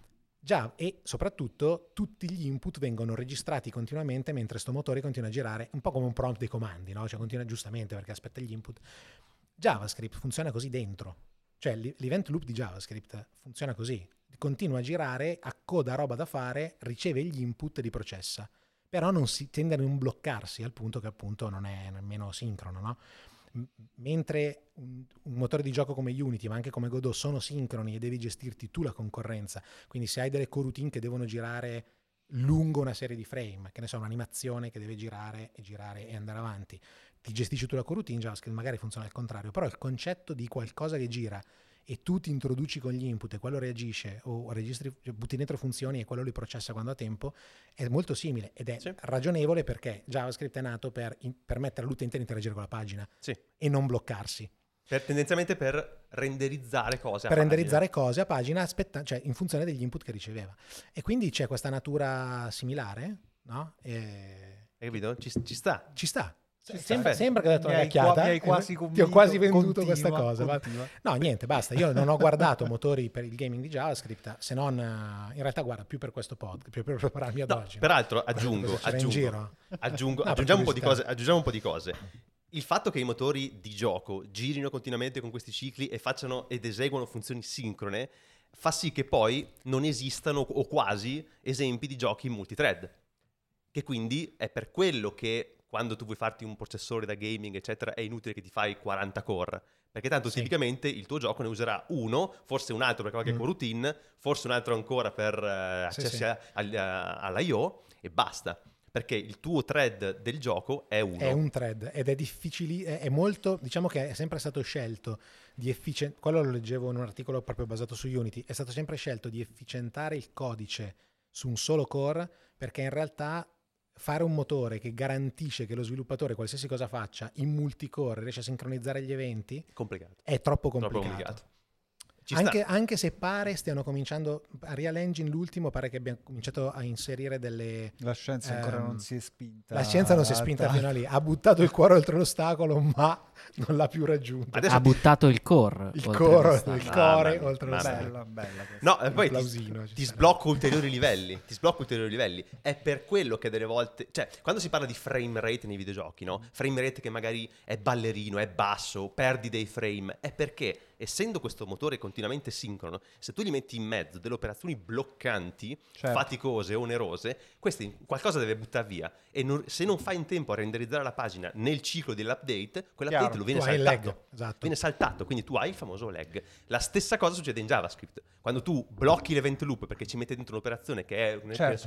Già, e soprattutto tutti gli input vengono registrati continuamente mentre sto motore continua a girare, un po' come un prompt dei comandi, no? Cioè continua giustamente perché aspetta gli input. JavaScript funziona così dentro, cioè l- l'event loop di JavaScript funziona così, continua a girare, accoda roba da fare, riceve gli input e li processa, però non si tende a non bloccarsi al punto che appunto non è nemmeno sincrono, no? M- mentre un, un motore di gioco come Unity ma anche come Godot sono sincroni e devi gestirti tu la concorrenza, quindi se hai delle coroutine che devono girare lungo una serie di frame, che ne so, un'animazione che deve girare e girare e andare avanti, ti gestisci tu la coroutine, JavaScript magari funziona al contrario, però il concetto di qualcosa che gira e tu ti introduci con gli input e quello reagisce o registri, cioè butti dentro funzioni e quello li processa quando ha tempo, è molto simile ed è Sì. ragionevole perché JavaScript è nato per in- permettere all'utente di interagire con la pagina Sì. e non bloccarsi. Per- tendenzialmente per renderizzare cose a Per pagina. renderizzare cose a pagina aspetta- cioè in funzione degli input che riceveva. E quindi c'è questa natura similare, no? E... Hai capito? Ci, ci sta. Ci sta. Ci sta. Sembra, sembra che ho detto Mi una hai cacchiata. qua- mi hai eh, quasi ti ho convinto. quasi venduto Continua, questa cosa. va- continua. No, niente, basta. Io non ho guardato motori per il gaming di JavaScript, se non eh, in realtà, guarda, più per questo podcast, più per prepararmi ad No, oggi. no? peraltro Guarda aggiungo, cosa c'era in aggiungo, giro. aggiungo- No, per aggiungiamo, un po' di curiosità. cose, aggiungiamo un po' di cose. Il fatto che i motori di gioco girino continuamente con questi cicli e facciano ed eseguano funzioni sincrone fa sì che poi non esistano o quasi esempi di giochi in multithread. Che quindi è per quello che quando tu vuoi farti un processore da gaming, eccetera, è inutile che ti fai quaranta core. Perché tanto Sì. tipicamente il tuo gioco ne userà uno, forse un altro per qualche Mm. coroutine, forse un altro ancora per eh, Sì, accessi sì. a- al- a- all'I O e basta. Perché il tuo thread del gioco è uno. È un thread ed è difficile, è, è molto, diciamo che è sempre stato scelto di efficientare, quello lo leggevo in un articolo proprio basato su Unity, è stato sempre scelto di efficientare il codice su un solo core perché in realtà fare un motore che garantisce che lo sviluppatore qualsiasi cosa faccia in multicore riesce a sincronizzare gli eventi complicato. è troppo Troppo complicato. complicato. Ci Anche, sta. anche se pare stiano cominciando, a Real Engine l'ultimo pare che abbia cominciato a inserire delle... La scienza ancora Ehm, non si è spinta. La scienza non si è spinta alta. fino a lì, ha buttato il cuore oltre l'ostacolo ma non l'ha più raggiunto. Adesso Ha ti- buttato il core. Il oltre core, l'ostacolo. il Mamma core mia, oltre mamma l'ostacolo. Bella, bella questa. No, e Un poi ti, plausino ci ti sarà. sblocco ulteriori livelli. Ti sblocco ulteriori livelli. È per quello che delle volte, cioè, quando si parla di frame rate nei videogiochi, no? Frame rate che magari è ballerino, è basso, perdi dei frame, è perché essendo questo motore continuamente sincrono, se tu gli metti in mezzo delle operazioni bloccanti, Certo. faticose, onerose, questi qualcosa deve buttare via. E non- se non fai in tempo a renderizzare la pagina nel ciclo dell'update, quell'update Chiaro. lo viene Tu hai il saltato. lag, esatto. Viene saltato, quindi tu hai il famoso lag. La stessa cosa succede in JavaScript. Quando tu blocchi l'event loop perché ci mette dentro un'operazione che è, che ne Certo. so,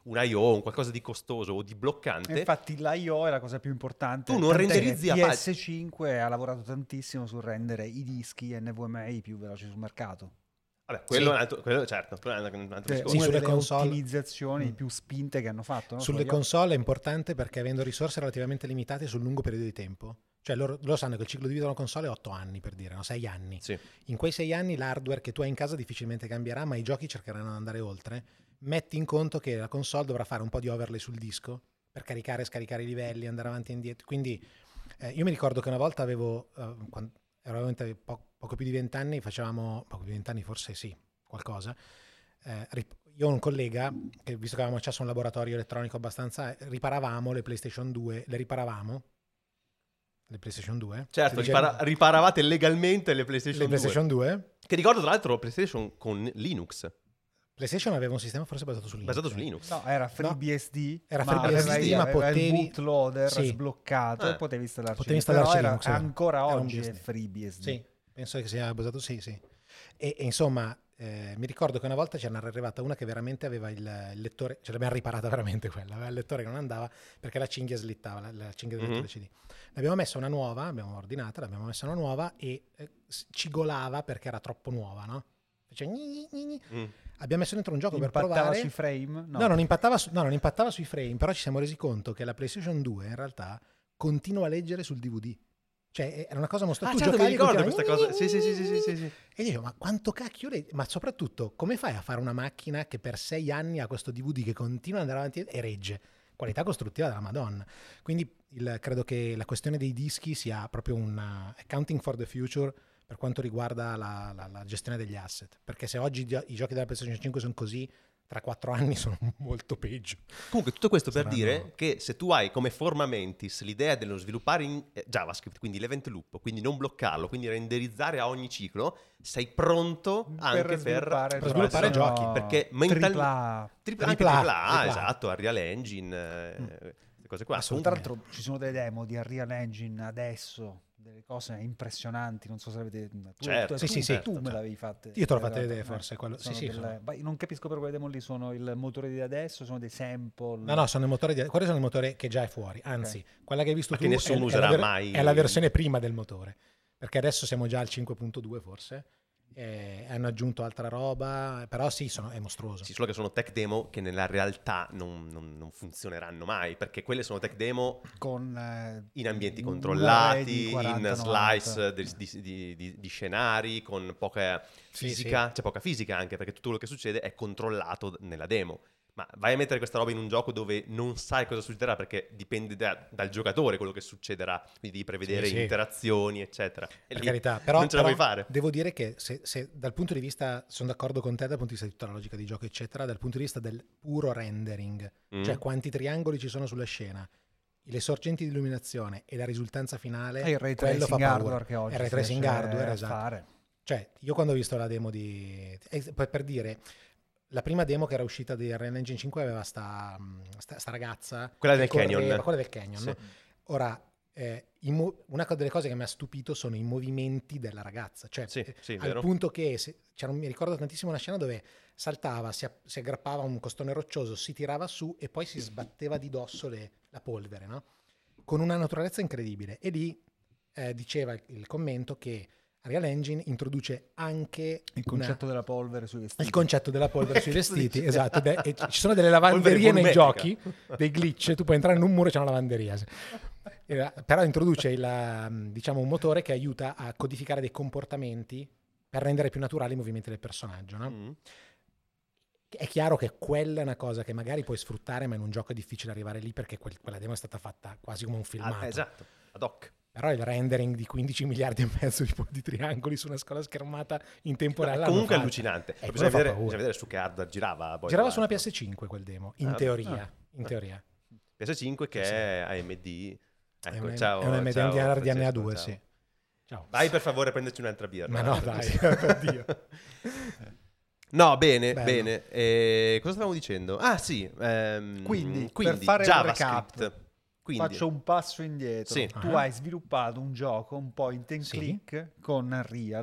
un I O, un qualcosa di costoso o di bloccante, infatti l'I O è la cosa più importante. Tu non Tant'è che renderizzi a P pag- S cinque ha lavorato tantissimo su rendere i dischi N V M E più veloci sul mercato. vabbè, quello Sì. è un altro, quello, certo, quello è un altro Cioè, discorso. Sì, una sulle delle console- ottimizzazioni Mm. più spinte che hanno fatto, no? Sulle Su- console è importante perché avendo risorse relativamente limitate sul lungo periodo di tempo, cioè loro, loro sanno che il ciclo di vita di una console è otto anni, per dire, no? sei anni. Sì. In quei sei anni l'hardware che tu hai in casa difficilmente cambierà, ma i giochi cercheranno di andare oltre. Metti in conto che la console dovrà fare un po' di overlay sul disco per caricare e scaricare i livelli, andare avanti e indietro. Quindi eh, io mi ricordo che una volta avevo, eh, quando ero veramente po- poco più di vent'anni, facevamo, poco più di vent'anni forse sì, qualcosa. Eh, rip- io ho un collega che, visto che avevamo accesso a un laboratorio elettronico abbastanza, riparavamo le PlayStation due, le riparavamo, le PlayStation due. Certo, Si dice- ripara- riparavate legalmente le PlayStation, le PlayStation due. due. Che ricordo tra l'altro PlayStation con Linux, PlayStation aveva un sistema forse basato su Linux. basato su Linux. No, era No. FreeBSD, Era ma FreeBSD, aveva- ma aveva il potevi- bootloader sì. sbloccato Eh. e potevi installarci. Potevi installarci Però era- Linux, era- ancora era un oggi è B S D. FreeBSD. Sì, penso che sia basato, sì, sì. E, e insomma, eh, mi ricordo che una volta ce n'era arrivata una che veramente aveva il, il lettore, ce l'abbiamo riparata veramente quella, aveva il lettore che non andava perché la cinghia slittava, la, la cinghia del Mhm. lettore C D. L'abbiamo messa una nuova, abbiamo ordinata, l'abbiamo messa una nuova e eh, s- cigolava perché era troppo nuova, no? Faceva gni, gni, gni. Mm. Abbiamo messo dentro un gioco per Impattava provare. sui frame? No, non impattava, su- no, non impattava sui frame, però ci siamo resi conto che la PlayStation due in realtà continua a leggere sul D V D. Cioè, era una cosa mostruosa. Ah, Tu certo, mi giocavi e ricordo continuavi- questa cosa. Sì, sì, sì, sì, sì, sì. E dicevo, ma quanto cacchio legge? Ma soprattutto, come fai a fare una macchina che per sei anni ha questo D V D che continua ad andare avanti e regge? Qualità costruttiva della Madonna. Quindi il- credo che la questione dei dischi sia proprio un uh, accounting for the future per quanto riguarda la, la- la gestione degli asset. Perché se oggi i, gio- i giochi della PlayStation cinque sono così, tra quattro anni sono molto peggio. Comunque tutto questo per Saranno- dire che se tu hai come forma mentis l'idea dello sviluppare in eh, JavaScript, quindi l'event loop, quindi non bloccarlo, quindi renderizzare a ogni ciclo, sei pronto anche per, sviluppare, per sviluppare sono giochi, perché mental- tripla A. Tripla, anche Tripla A, tripla A, tripla A. esatto, Unreal Engine, eh, Mm. queste cose qua. Tra Assolutamente. l'altro ci sono delle demo di Unreal Engine adesso, delle cose impressionanti, non so se avete... Tu, Certo. tu, Sì, tu- sì, sì. tu me Certo. l'avevi fatte. Io te l'ho fatte Eh, vedere, eh, forse, quello- sono sì, sì, delle- sono- ma non capisco per quelle demo lì, sono il motore di adesso, sono dei sample... No, no, sono i motori di, quelli sono i motori che già è fuori. Anzi, quella che hai visto Ma tu che nessuno è, è userà la ver- mai. è la versione prima del motore. Perché adesso siamo già al cinque punto due forse. E hanno aggiunto altra roba, però sì, sono, è mostruoso. Sì, solo che sono tech demo che nella realtà non, non- non funzioneranno mai, perché quelle sono tech demo con eh, in ambienti un controllati, array di quaranta, in slice novanta. di, di- di- di- di scenari, con poca Sì, fisica, c'è poca fisica anche, perché tutto quello che succede è controllato nella demo. Ma vai a mettere questa roba in un gioco dove non sai cosa succederà, perché dipende da- dal giocatore quello che succederà, quindi devi prevedere Sì, sì. interazioni, eccetera. E Per lì carità, però, non ce la però puoi fare. devo dire che se, se dal punto di vista, sono d'accordo con te dal punto di vista di tutta la logica di gioco, eccetera, dal punto di vista del puro rendering, Mm. cioè quanti triangoli ci sono sulla scena, le sorgenti di illuminazione e la risultanza finale, E il ray quello fa tracing paura. hardware che oggi Il ray si tracing riesce hardware, a esatto. fare. Cioè, io quando ho visto la demo di... eh, per, per dire, la prima demo che era uscita di Unreal Engine cinque aveva sta, sta, sta ragazza... Quella che del Canyon. correva, Quella del Canyon, Sì. no? Ora, eh, i mo- una co- delle cose che mi ha stupito sono i movimenti della ragazza. Cioè, Sì, eh, sì, al vero. punto che... Se, c'era un- mi ricordo tantissimo una scena dove saltava, si, app- si aggrappava a un costone roccioso, si tirava su e poi si sbatteva di dosso le- la polvere, no? Con una naturalezza incredibile. E lì eh, diceva il, il commento che Unreal Engine introduce anche Il una- concetto della polvere sui vestiti. il concetto della polvere sui Cazzo vestiti, dici? esatto. de- e ci sono delle lavanderie Polvere nei volumetrica. giochi, dei glitch, tu puoi entrare in un muro e c'è una lavanderia. Eh, Però introduce il, diciamo, un motore che aiuta a codificare dei comportamenti per rendere più naturali i movimenti del personaggio, no? Mm. È chiaro che quella è una cosa che magari puoi sfruttare, ma in un gioco è difficile arrivare lì perché quel- quella demo è stata fatta quasi come un filmato. Ah, esatto, ad hoc. Però il rendering di quindici miliardi e mezzo di, di triangoli su una scuola schermata in tempo No, reale è l'hanno comunque fatta. allucinante. Eh, Poi quello bisogna, fa vedere, paura. bisogna vedere su che hardware girava. Poi, Girava tra su una P l'altro. S cinque quel demo, in Ah, teoria. ah. In teoria. P S cinque che Sì. è A M D. È Ecco, un, ciao. è un M D ciao, R D N A Francesco, due, ciao. sì. Ciao. Vai per favore a prenderci un'altra birra. Ma no, dai, per Dio. No, bene, Bello. bene. E cosa stavamo dicendo? Ah, sì. ehm, Quindi, quindi per fare un JavaScript. recap, Quindi, Faccio un passo indietro. Sì. Tu Ah. hai sviluppato un gioco un point and Sì. click con Unreal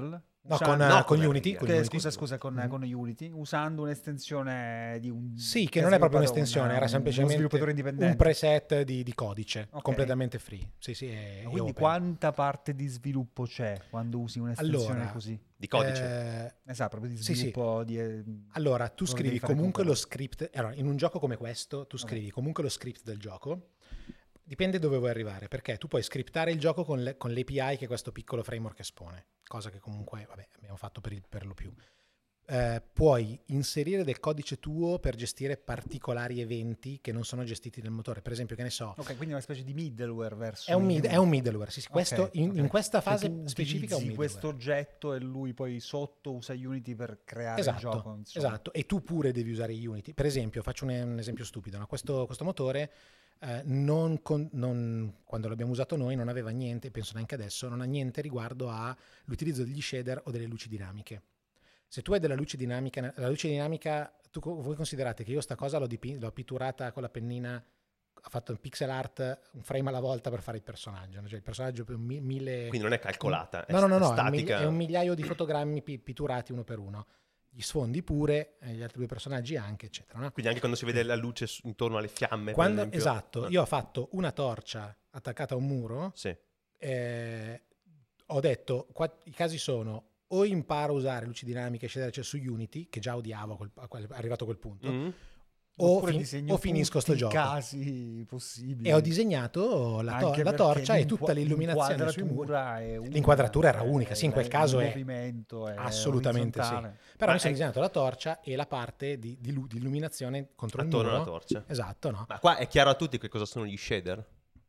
No, Usando- con, no, con con Unity. Unreal. con Che, Unity. scusa, scusa, con, Mhm. con Unity, usando un'estensione di un... Sì, che ha non è proprio sviluppato un'estensione, una- era uno semplicemente sviluppatore un indipendente. preset di, di codice, Ok. completamente free. Sì, sì, è, Ma è quindi open. quanta parte di sviluppo c'è quando usi un'estensione Allora, così? Di codice. Eh, Esatto, proprio di sì, sì. sviluppo di... eh, allora, tu quello che scrivi devi fare comunque con lo quello. script. Allora, in un gioco come questo, tu Ok. scrivi comunque lo script del gioco. Dipende dove vuoi arrivare, perché tu puoi scriptare il gioco con, le, con l'A P I che questo piccolo framework espone, cosa che comunque vabbè, abbiamo fatto per, il, per lo più. Eh, puoi inserire del codice tuo per gestire particolari eventi che non sono gestiti nel motore. Per esempio, che ne so, Ok, quindi è una specie di middleware verso... è un, mid- Unity. è un middleware. Sì, sì, Ok, questo, in, ok. in questa Cioè, fase tu specifica è un utilizzi middleware. questo oggetto e lui poi sotto usa Unity per creare il Esatto, gioco. Insomma. esatto, e tu pure devi usare Unity. Per esempio, faccio un, un esempio stupido, no? questo, questo motore eh, non con- non- quando l'abbiamo usato noi non aveva niente, penso neanche adesso, non ha niente riguardo all'utilizzo degli shader o delle luci dinamiche. Se tu hai della luce dinamica, la luce dinamica, tu, voi considerate che io sta cosa l'ho, dipin- l'ho pitturata con la pennina, ho fatto un pixel art, un frame alla volta per fare il personaggio, no? Cioè il personaggio per mi- mille... Quindi non è calcolata, è, No, no, no, è no, è un, statica. miglia- è un migliaio di fotogrammi pi- pitturati uno per uno. Gli sfondi pure, eh, gli altri due personaggi anche, eccetera. No? Quindi anche quando si vede la luce su- intorno alle fiamme, per Quando, esempio. esatto, Ah, io ho fatto una torcia attaccata a un muro, Sì. eh, ho detto, qua, i casi sono o imparo a usare luci dinamiche eccetera, eccetera, su Unity, che già odiavo a quel- a quel- arrivato a quel punto, Mm. o, Oppure fin- disegno o finisco sto tutti i gioco. casi possibili. E ho disegnato la, to- Anche la perché torcia e l'inqua- tutta l'illuminazione sui muri. l'inquadratura è unica, L'inquadratura era cioè, unica, sì, in quel il caso è movimento è assolutamente sì. orizzontale. Però Ma mi sono è- disegnato la torcia e la parte di, di lu- di illuminazione contro il Attorno muro. alla torcia. Esatto, no? Ma qua è chiaro a tutti che cosa sono gli shader?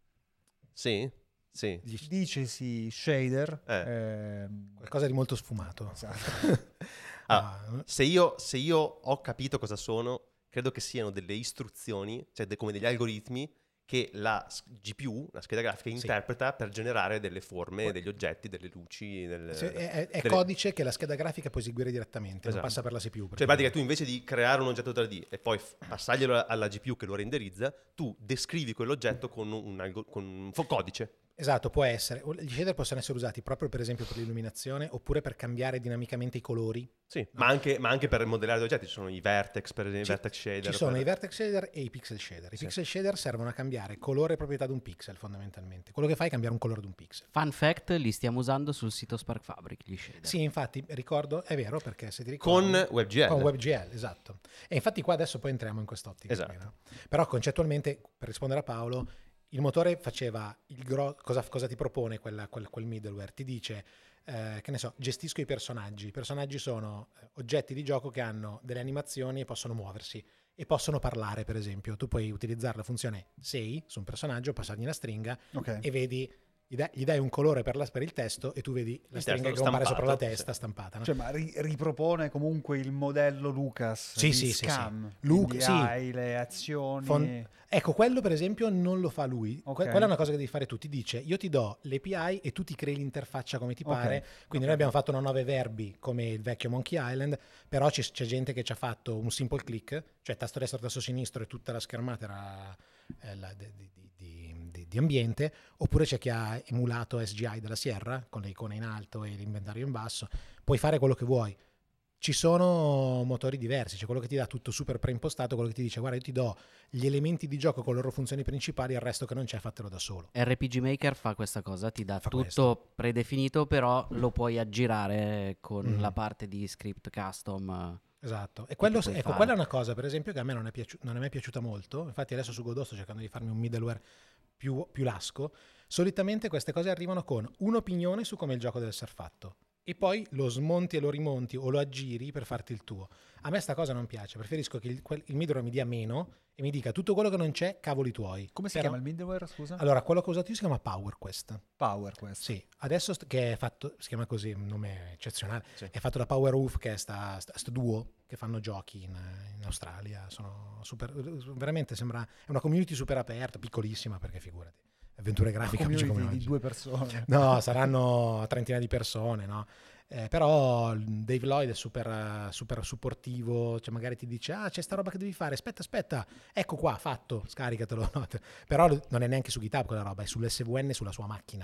Sì? Sì. Gli- Dicesi shader. Eh. ehm, Qualcosa di molto sfumato. esatto. Ah, Ah, se io, se io ho capito cosa sono, credo che siano delle istruzioni, cioè de- come degli algoritmi che la s- G P U, la scheda grafica, Sì. interpreta per generare delle forme, degli oggetti, delle luci. Del, se- è, è- è delle- codice che la scheda grafica può eseguire direttamente, non Esatto. passa per la C P U. Cioè, in pratica, tu invece di creare un oggetto tre D e poi f- passarglielo alla G P U che lo renderizza, tu descrivi quell'oggetto con un, algo- con un fo- codice. Esatto, può essere. Gli shader possono essere usati proprio per esempio per l'illuminazione oppure per cambiare dinamicamente i colori. Sì, ma anche, ma anche per modellare gli oggetti. Ci sono i vertex, per esempio, Ci- i vertex shader. Ci sono per- i vertex shader e i pixel shader. I Sì. pixel shader servono a cambiare colore e proprietà di un pixel fondamentalmente. Quello che fai è cambiare un colore di un pixel. Fun fact, li stiamo usando sul sito Spark Fabric, gli shader. Sì, infatti, ricordo, è vero perché se ti ricordi... Con WebGL. Con WebGL, esatto. E infatti qua adesso poi entriamo in quest'ottica. Esatto. qui, no? Però concettualmente, per rispondere a Paolo, il motore faceva il gro- cosa, cosa ti propone quella- quel, quel middleware? Ti dice, eh, che ne so, gestisco i personaggi. I personaggi sono eh, oggetti di gioco che hanno delle animazioni e possono muoversi e possono parlare, per esempio. Tu puoi utilizzare la funzione say su un personaggio, passargli una stringa Ok. e vedi, gli dai, gli dai un colore per, la- per il testo e tu vedi la Il stringa testo che compare sopra la stampato, testa sì. stampata. No? Cioè, ma ri- ripropone comunque il modello Lucas Sì, di sì, sì, sì. Scam. Lu- Quindi sì. hai le azioni. Fon- ecco, quello per esempio non lo fa lui. Ok. Que- quella è una cosa che devi fare tu. Ti dice, io ti do l'A P I e tu ti crei l'interfaccia come ti Ok. pare. Quindi Ok. noi abbiamo fatto una nove verbi come il vecchio Monkey Island, però ci- c'è gente che ci ha fatto un simple click, cioè tasto destro, tasto sinistro e tutta la schermata era eh, la- di, di- di- di- di ambiente, oppure c'è chi ha emulato S G I della Sierra con le icone in alto e l'inventario in basso. Puoi fare quello che vuoi. Ci sono motori diversi, c'è quello che ti dà tutto super preimpostato, quello che ti dice guarda io ti do gli elementi di gioco con le loro funzioni principali, il resto che non c'è fatelo da solo. R P G Maker fa questa cosa, ti dà Fa tutto questo. predefinito, però lo puoi aggirare con Mm. la parte di script custom. Esatto, e quello, puoi ecco, fare. quella è una cosa per esempio che a me non è, piaciu- non è mai piaciuta molto, infatti adesso su Godot sto cercando di farmi un middleware più, più lasco, solitamente queste cose arrivano con un'opinione su come il gioco deve essere fatto e poi lo smonti e lo rimonti o lo aggiri per farti il tuo. A me sta cosa non piace, preferisco che il, quel- il middleware mi dia meno e mi dica tutto quello che non c'è, cavoli tuoi. Come si Però- chiama il middleware, scusa? Allora, quello che ho usato io si chiama PowerQuest. Power questo. Sì, adesso st- che è fatto, si chiama così, un nome eccezionale, Sì. è fatto da Powerwolf, che è sta, sta- sto duo che fanno giochi in, in Australia, sono super, veramente sembra, è una community super aperta, piccolissima perché figurati, avventure grafiche oggi come Community di oggi. due persone. No, saranno trentina di persone, no? Eh, però Dave Lloyd è super, eh, super supportivo, cioè magari ti dice ah c'è sta roba che devi fare, aspetta aspetta, ecco qua, fatto, scaricatelo. No? Però non è neanche su GitHub quella roba, è sull'S V N sulla sua macchina.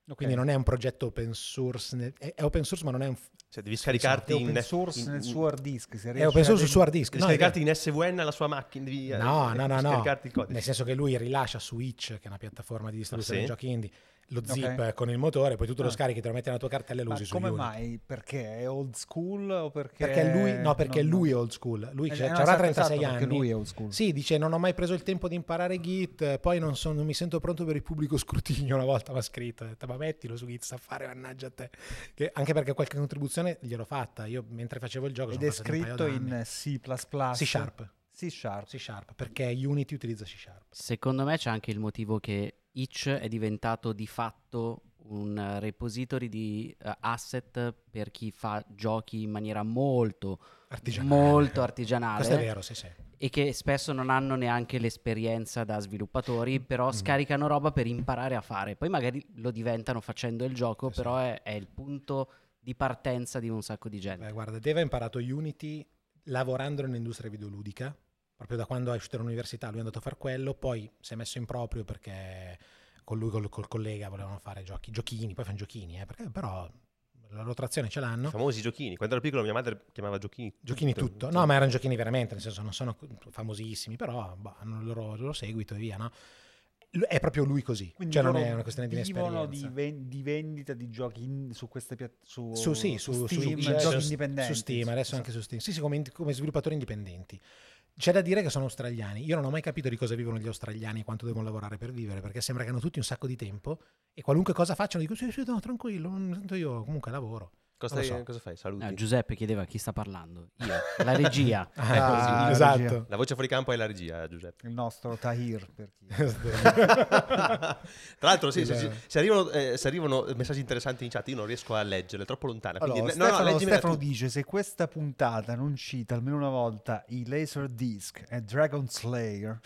Quindi non è un progetto open source, ne- è è open source ma non è un... f- Cioè, devi scaricarti È open in, source in- nel suo hard disk. Se È riesci open source a- sul suo hard disk. devi No, è scaricarti in S V N alla sua macchina. Devi, eh, No, no, no, no. scaricarti il codice. Nel senso che lui rilascia su itch, che è una piattaforma di distribuzione Ah, di sì? giochi indie, lo zip Ok. con il motore, poi tu te lo Ah. scarichi, te lo metti nella tua cartella e lo Ma usi su come Unity. mai? Perché è old school o perché... Perché lui, no, perché non- lui è old school. Lui Eh, c'è- no, avrà esatto, trentasei esatto, anni. perché lui è old school. Sì, dice non ho mai preso il tempo di imparare Git, eh, poi non, sono- non mi sento pronto per il pubblico scrutinio. Una volta mi ha scritto, ha detto, ma mettilo su Git, sta fare, mannaggia a te. Che- anche perché qualche contribuzione gliel'ho fatta. Io mentre facevo il gioco Ed sono è passati un paio scritto d'anni. in C plus plus. C Sharp. C Sharp. C Sharp, perché Unity utilizza C Sharp. Secondo me c'è anche il motivo che itch è diventato di fatto un eh, repository di eh, asset per chi fa giochi in maniera molto, Artigianale. molto artigianale. Questo è vero, sì, sì. E che spesso non hanno neanche l'esperienza da sviluppatori, però Mm. scaricano roba per imparare a fare. Poi magari lo diventano facendo il gioco, Sì, però è, è il punto di partenza di un sacco di gente. Beh, guarda, Dave ha imparato Unity lavorando nell'industria videoludica, proprio da quando è uscito dall'università, lui è andato a fare quello, poi si è messo in proprio perché con lui, col, col collega volevano fare giochi, giochini, poi fanno giochini, eh, perché però la loro trazione ce l'hanno. I famosi giochini. Quando ero piccolo mia madre chiamava giochini. Giochini tutto, no, ma erano giochini veramente, nel senso non sono famosissimi, però boh, hanno il loro, il loro seguito e via, no? Lu- È proprio lui così, Quindi cioè non loro è una questione di vivono inesperienza. di, ven- di vendita di giochi in- su queste piattaforme. Su, sì, su, su, Steam, su- giochi su- indipendenti. su Steam, adesso Esatto. anche su Steam. Sì, sì, come, come sviluppatori indipendenti. C'è da dire che sono australiani. Io non ho mai capito di cosa vivono gli australiani e quanto devono lavorare per vivere, perché sembra che hanno tutti un sacco di tempo e qualunque cosa facciano dico sì, sì, no, tranquillo, non sento io, comunque lavoro. Cosa, Non lo stai- so. cosa fai? Saluti. Ah, Giuseppe chiedeva chi sta parlando. Io, la regia. Ah, Ah, così, la esatto. La voce fuori campo è la regia, Giuseppe. Il nostro Tahir. Per chi... Tra l'altro, sì, Sì, se, beh. se arrivano, eh, se arrivano messaggi interessanti in chat, io non riesco a leggerle, è troppo lontana. Quindi, Allora, no, no, Stefano, leggimi Stefano tu. dice: se questa puntata non cita almeno una volta i Laserdisc e Dragon Slayer,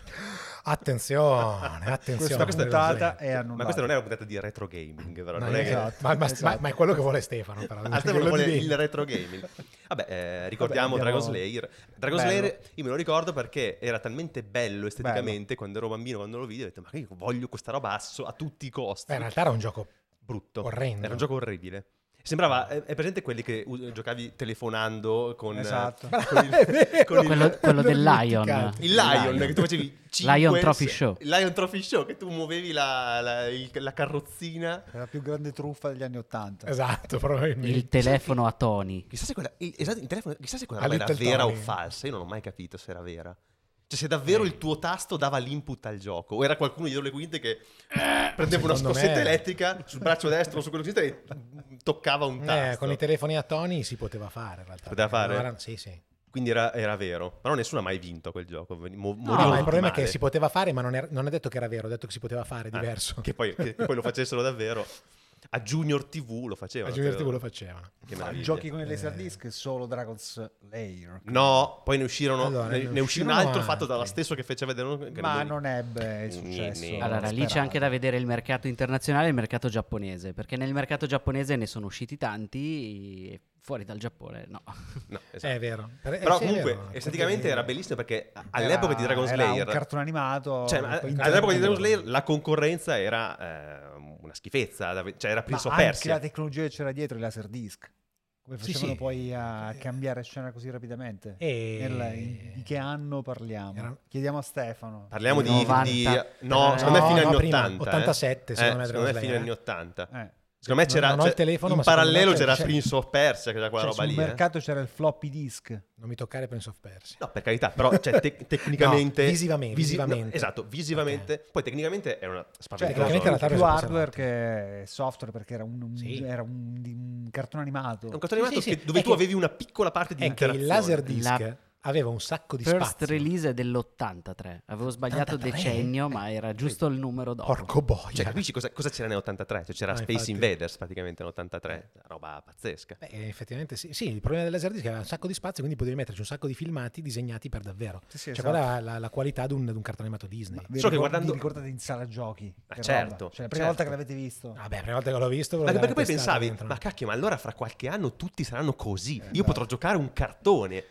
Attenzione, attenzione. questa questa- puntata è annullata. Ma questa non è una puntata di retro gaming, però. No, non è che- esatto. ma, ma- esatto. ma- ma è quello che vuole Stefano, però. Ah, Stefano Quello vuole di il dentro. retro gaming. Vabbè, eh, ricordiamo Vabbè, abbiamo- Dragon Slayer. Dragon Bello. Slayer, io me lo ricordo perché era talmente bello esteticamente quando ero bambino, quando lo vidi, ho detto, ma io voglio questa roba asso a tutti i costi. Beh, in realtà era un gioco Brutto. orrendo. Era un gioco orribile. Sembrava, è, è presente quelli che u- giocavi telefonando con, Esatto. eh, con il, È vero. con il- Quello, quello del Non Lion. dimenticato. il Lion, che tu facevi cinque, Lion Trophy se- Show. Il Lion Trophy Show, che tu muovevi la, la, il- la carrozzina. È la più grande truffa degli anni Ottanta. Esatto, probabilmente. Il telefono a Tony. Chissà se quella, il, esatto, il telefono, chissà se quella A roba era Little vera Tony. o falsa. Io non ho mai capito se era vera. Cioè, se davvero il tuo tasto dava l'input al gioco, o era qualcuno dietro le quinte che prendeva una secondo scossetta me- elettrica sul braccio destro o su quello sinistro e toccava un tasto. Eh, con i telefoni a Tony si poteva fare in realtà. Poteva fare? Era- sì, sì. Quindi era, era vero. Però nessuno ha mai vinto quel gioco. Mo- No, morivano ma il tutti problema è male. che si poteva fare, ma non, era- non è detto che era vero, ho detto che si poteva fare, è Ah, diverso. Che poi, che poi lo facessero davvero. A Junior T V lo A facevano. Junior tivù lo facevano. Che Ma meraviglia. giochi con il Laserdisc è solo Dragon Slayer. No, poi ne uscirono. Allora, ne, ne ne uscì un uscirono altro fatto dalla altri. stesso che feceva vedere. che Ma non- non ebbe il Niente. successo. Allora, lì c'è sperato. anche da vedere il mercato internazionale e il mercato giapponese, perché nel mercato giapponese ne sono usciti tanti e fuori dal Giappone no. No, esatto. È vero. Per- eh, Però sì, è comunque vero. esteticamente Perché- era bellissimo perché all'epoca di Dragon Era Slayer, un cartone animato. cioè, ma- poi all'epoca di Dragon interno. Slayer la concorrenza era eh, una schifezza, da ve- cioè era Ma Prince of anche Persia. la tecnologia che c'era dietro, i Laserdisc. Come Sì, facevano sì. poi a cambiare scena così rapidamente? E- Nel- in- di che anno parliamo? Era- Chiediamo a Stefano. Parliamo di, novanta. di- no, Eh, secondo me no, fine no, anni prima, ottanta. ottantasette, eh. secondo Eh, me, secondo me Dragon fine Slayer. anni ottanta. Eh. Secondo me Non- c'era non ho cioè, il telefono, in ma secondo me parallelo c'è- c'era c'è- Prince of Persia, che era quella Cioè, roba sul lì. eh. mercato c'era il floppy disk. Non mi toccare Prince of Persia. No, per carità, però cioè, te- tecnicamente... No, visivamente, visi- visivamente. no, esatto, visivamente. Poi tecnicamente era una Cioè, spaventosa. tecnicamente era la più tablet si hardware che software perché era un, un- Sì. era un, di- un cartone animato. È un cartone animato Sì, sì, che- dove è tu che- avevi una piccola parte di È che il interazione. Laserdisc La aveva un sacco di First spazio. release è dell'ottantatré. Avevo sbagliato ottantatré? decennio, ma era giusto il numero dopo. Porco boia. Cioè, capisci cosa, cosa c'era nell'ottantatré? Cioè, c'era No, Space infatti. Invaders praticamente nell'ottantatré. Una roba pazzesca. Beh, effettivamente sì. Sì, il problema del Laserdisc è che aveva un sacco di spazio, quindi potevi metterci un sacco di filmati disegnati per davvero. Sì, sì, Cioè, esatto. quella è la, la qualità di un, di un cartone animato Disney. Ma vi, Solo che ricor- guardando- vi ricordate in sala giochi? Ah, Che certo, roba? Cioè, la prima certo. volta che l'avete visto? Vabbè, la prima volta che l'ho visto... volevo Anche perché dare poi una testata pensavi, dentro. ma cacchio, ma allora fra qualche anno tutti saranno così. Eh, Io potrò giocare un cartone.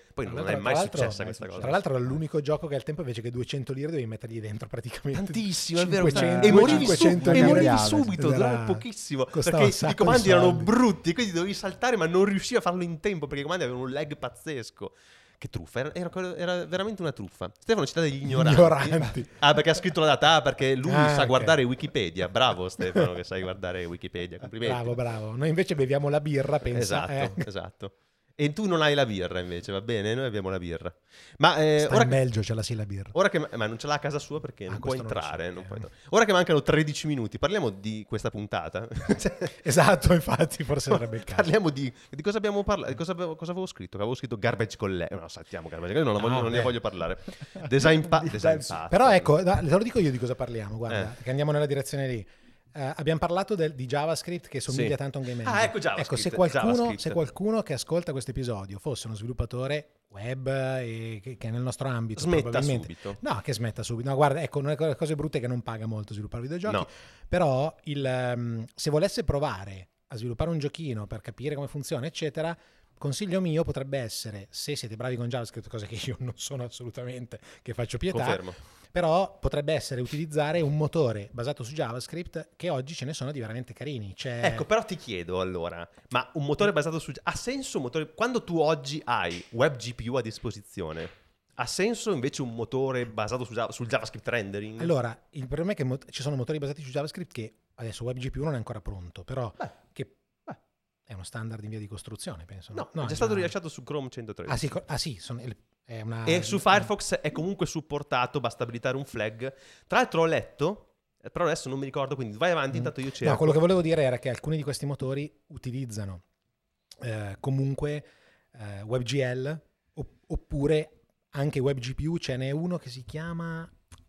Poi Tra non l'altro- è mai tra l'altro- successa questa cosa. Tra l'altro era l'unico gioco che al tempo invece che duecento lire devi mettergli dentro praticamente Tantissimo, è vero. cinquecento, E morivi, cinquecento sub- e lire. morivi Era- subito, era- durava pochissimo. costava Perché un sacco i comandi di erano soldi. brutti, quindi dovevi saltare, ma non riuscivi a farlo in tempo perché i comandi avevano un lag pazzesco. Che truffa, era, era- era veramente una truffa. Stefano ci dà degli ignoranti. Ignoranti. Ah, perché ha scritto la data, ah, perché lui Ah, sa ok. guardare Wikipedia. Bravo Stefano che sai guardare Wikipedia, complimenti. Bravo, bravo. Noi invece beviamo la birra, pensa. Esatto, eh. esatto. E tu non hai la birra invece, va bene? Noi abbiamo la birra. Ma eh, Sta ora in che... Belgio, c'è la sì la birra. Ora che, ma non ce l'ha a casa sua perché Ah, non può questo non lo so, entrare. ok. non può entrare. Ora che mancano tredici minuti, parliamo di questa puntata. Esatto, infatti, forse sarebbe il caso. Parliamo di, di cosa abbiamo parlato. Di cosa avevo, cosa avevo scritto? Che avevo scritto Garbage Collection. No, saltiamo Garbage Collection, non, la voglio- Ah, non ne beh. voglio parlare. Design, pa- design path. Però ecco, da- te lo dico io di cosa parliamo, guarda, Eh. che andiamo nella direzione lì. Eh, abbiamo parlato del- di JavaScript che somiglia Sì. tanto a un game Ah, engine. ecco JavaScript, Ecco, se qualcuno, JavaScript. se qualcuno che ascolta questo episodio fosse uno sviluppatore web e che, che è nel nostro ambito, Smetta probabilmente... subito. No, che smetta subito. No, guarda, ecco, una delle cose brutte è che non paga molto sviluppare videogiochi, No. però il, ehm, se volesse provare a sviluppare un giochino per capire come funziona, eccetera, consiglio mio potrebbe essere, se siete bravi con JavaScript, cosa che io non sono assolutamente, che faccio pietà, Confermo. però potrebbe essere utilizzare un motore basato su JavaScript, che oggi ce ne sono di veramente carini. C'è... Ecco, però ti chiedo allora, ma un motore basato su... Ha senso un motore... Quando tu oggi hai web G P U a disposizione, ha senso invece un motore basato su Java- sul JavaScript rendering? Allora, il problema è che mot- ci sono motori basati su JavaScript che adesso WebGPU non è ancora pronto, però Beh, che beh. è uno standard in via di costruzione, penso. No, è già stato rilasciato su Chrome centotredici. Ah sì, co- ah, sì sono- è una... E su Firefox è comunque supportato, basta abilitare un flag. Tra l'altro ho letto, eh, però adesso non mi ricordo, quindi vai avanti, intanto io cerco. No, quello che volevo dire era che alcuni di questi motori utilizzano eh, comunque eh, WebGL opp- oppure anche WebGPU. Ce n'è uno che si chiama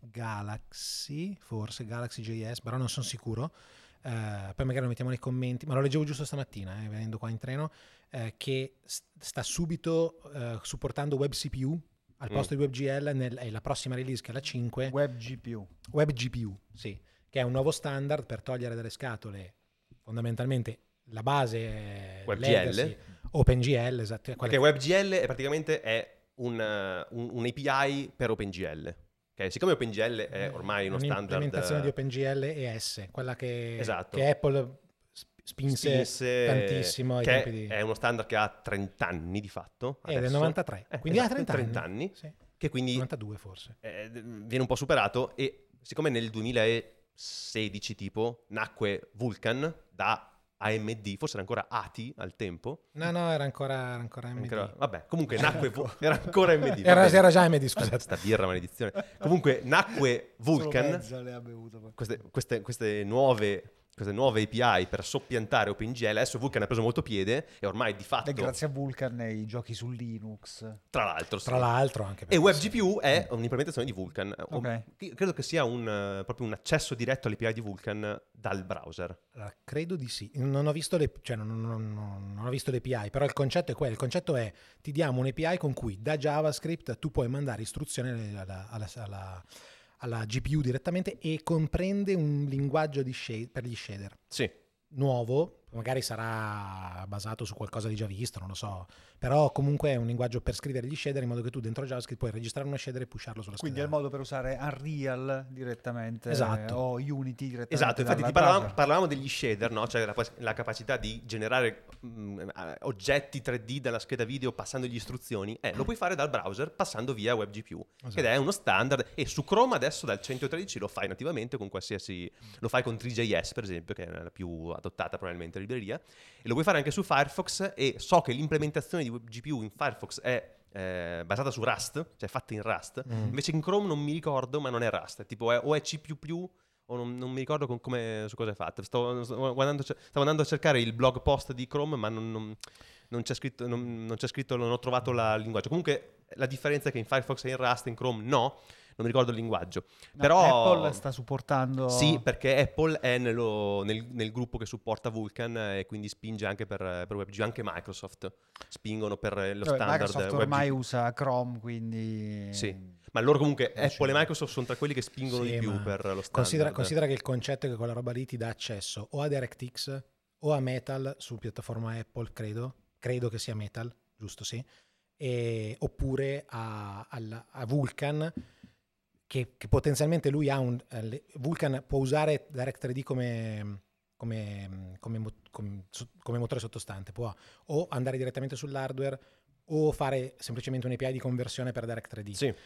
Galaxy, forse Galaxy J S, però non sono sicuro. Eh, poi magari lo mettiamo nei commenti, ma lo leggevo giusto stamattina, eh, venendo qua in treno, eh, che st- sta subito eh, supportando WebCPU al Mm. posto di WebGL nel, è la prossima release, che è la cinque. WebGPU. WebGPU, sì, che è un nuovo standard per togliere dalle scatole fondamentalmente la base WebGL. legacy, OpenGL, esatto. Perché WebGL è praticamente è un, uh, un, un A P I per OpenGL. Okay? Siccome OpenGL è ormai uno standard... Un'implementazione di OpenGL E S, quella che, Esatto. che Apple spinse, spinse- tantissimo ai che tempi di... è uno standard che ha trenta anni di fatto. È del adesso. novantatré, Eh, quindi ha esatto, trenta, trenta anni. Sì. Che quindi novantadue forse. eh, viene un po' superato e siccome nel duemilasedici tipo nacque Vulkan da A M D, forse era ancora A T I al tempo. No, no, era ancora, era ancora A M D. Ancora- vabbè, comunque nacque Vu- era ancora A M D. Era, va bene. era già A M D, scusate. Sta birra maledizione. Comunque nacque Vulkan, Solo mezza le ha bevuto poi. queste, queste, queste nuove queste nuove A P I per soppiantare OpenGL. Adesso Vulkan ha preso molto piede e ormai di fatto E grazie a Vulkan i giochi su Linux. tra l'altro sì. Tra l'altro anche E perché WebGPU è un'implementazione di Vulkan. O- Ok. che- Credo che sia un, eh, proprio un accesso diretto all'A P I di Vulkan dal browser. Allora, credo di sì. Non ho visto le, cioè non, non- non- non ho visto le A P I, però il concetto è quello. Il concetto è ti diamo un'A P I con cui da JavaScript tu puoi mandare istruzioni alla, alla- alla- alla G P U direttamente e comprende un linguaggio di shade, per gli shader Sì. nuovo. Magari sarà basato su qualcosa di già visto, non lo so. Però comunque è un linguaggio per scrivere gli shader in modo che tu dentro JavaScript puoi registrare uno shader e pusharlo sulla Quindi è il scheda. modo per usare Unreal direttamente Esatto. o Unity direttamente. Esatto, infatti dalla ti parlavamo, browser. parlavamo degli shader, no? Cioè la, la capacità di generare mh, eh, oggetti tre D dalla scheda video passando gli istruzioni. Eh, lo puoi fare dal browser passando via WebGPU, Esatto. ed è uno standard. E su Chrome adesso dal centotredici lo fai nativamente con qualsiasi... Lo fai con tre J S per esempio, che è la più adottata probabilmente libreria. E lo puoi fare anche su Firefox, e so che l'implementazione di WebGPU in Firefox è eh, basata su Rust, cioè fatta in Rust. Mm. Invece in Chrome non mi ricordo, ma non è Rust, è tipo è, o è C più più o non, non mi ricordo con come, su cosa è fatta. Sto, sto guardando, stavo andando a cercare il blog post di Chrome, ma non, non, non c'è scritto, non, non c'è scritto, non ho trovato la- il linguaggio. Comunque la differenza è che in Firefox è in Rust, in Chrome no. Non mi ricordo il linguaggio. No, Però Apple sta supportando. sì, perché Apple è nello- nel, nel gruppo che supporta Vulkan e quindi spinge anche per, per WebGPU. Anche Microsoft spingono per lo Vabbè, standard Microsoft ormai WebGPU. usa Chrome, quindi Sì. Ma loro comunque, Eh, Apple sì. e Microsoft sono tra quelli che spingono Sì, di più ma per lo standard. Considera, considera che il concetto è che quella roba lì ti dà accesso o a DirectX o a Metal su piattaforma Apple, credo. Credo che sia Metal, giusto sì. e, oppure a, al- a Vulkan, che, che potenzialmente lui ha un... eh, Vulkan può usare DirectThree D come, come, come, mo- com- so- come motore sottostante, può o andare direttamente sull'hardware o fare semplicemente un A P I di conversione per DirectThree D. Sì.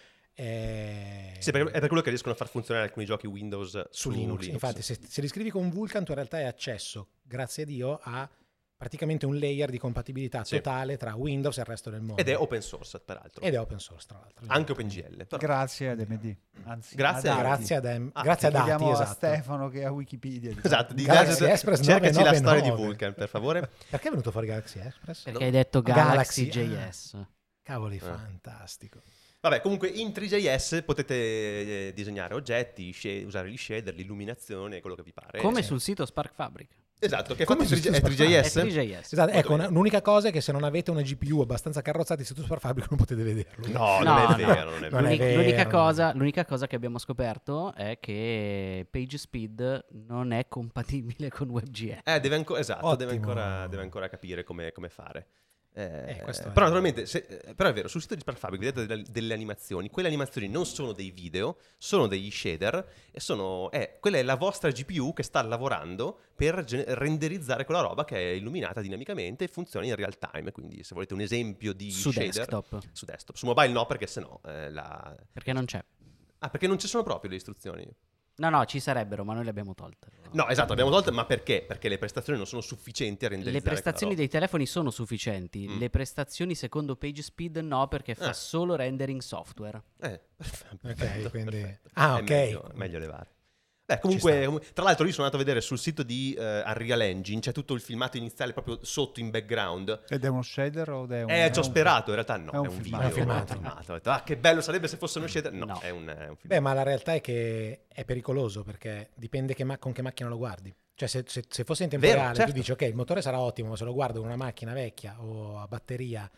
Eh, Sì, perché è per quello che riescono a far funzionare alcuni giochi Windows su Linux. Infatti, se, se li scrivi con Vulkan, tu in realtà hai accesso, grazie a Dio, a praticamente un layer di compatibilità Sì. totale tra Windows e il resto del mondo. Ed è open source, peraltro. Ed è open source, tra l'altro. Anche OpenGL. Però. Grazie ad M D. Anzi, Grazie ad a- Ati. Grazie ad, em- Ah, grazie ad Ati, Chiediamo a esatto. Stefano che ha Wikipedia. diciamo. Esatto, di Galaxy Gadget- Express cercaci la storia di nove nove. Vulkan, per favore. Perché è venuto fuori Galaxy Express? Perché hai detto Galaxy, Galaxy, ah. J S. Cavoli, Eh. fantastico. Vabbè, comunque in tre J S potete eh, disegnare oggetti, sce- usare gli shader, l'illuminazione, quello che vi pare. Come Sì. sul sito Spark Fabric. Esatto, che Come come su- è su tre J È S. tre J S. Esatto, Molto ecco, bene. una- l'unica cosa è che se non avete una G P U abbastanza carrozzata, il sito Spark Fabric non potete vederlo. No, No, non è no. vero, non è Non vero. è L'uni- vero. l'unica, cosa, l'unica cosa che abbiamo scoperto è che PageSpeed non è compatibile con WebGL. Eh, deve ancora, esatto, deve Ottimo. ancora, deve ancora capire come, come fare. Eh, Eh, questo è- però naturalmente, se- eh, però è vero, sul sito di Spark Fabric vedete delle, delle animazioni. Quelle animazioni non sono dei video, sono degli shader e sono, eh, quella è la vostra G P U che sta lavorando per gen- renderizzare quella roba che è illuminata dinamicamente e funziona in real time. Quindi se volete un esempio di Su shader desktop. su desktop, su mobile no, perché sennò eh, la... Perché non c'è. Ah, perché non ci sono proprio le istruzioni. No, no, ci sarebbero, ma noi le abbiamo tolte. No, esatto, abbiamo tolto, ma perché? Perché le prestazioni non sono sufficienti a Le renderizzare prestazioni quella dei telefoni sono sufficienti, Mm. le prestazioni secondo PageSpeed no, perché fa Eh. solo rendering software. roba. Eh, perfetto, Ok, quindi- perfetto. Ah, È ok. meglio, meglio levare. Beh, Ci comunque, sta. comu- tra l'altro io sono andato a vedere sul sito di eh, Unreal Engine, c'è tutto il filmato iniziale proprio sotto in background. Ed è uno shader o è un... Eh, è ci ho un- sperato, in realtà no, è è un un, filmato. video. È un filmato. Ho detto, ah, che bello sarebbe se fosse uno shader. No, No. È, un, è un Beh, filmato. ma la realtà è che è pericoloso perché dipende che ma- con che macchina lo guardi. Cioè, se, se- se fosse in tempo Vero, reale, certo. tu dici, ok, il motore sarà ottimo, ma se lo guardo con una macchina vecchia o a batteria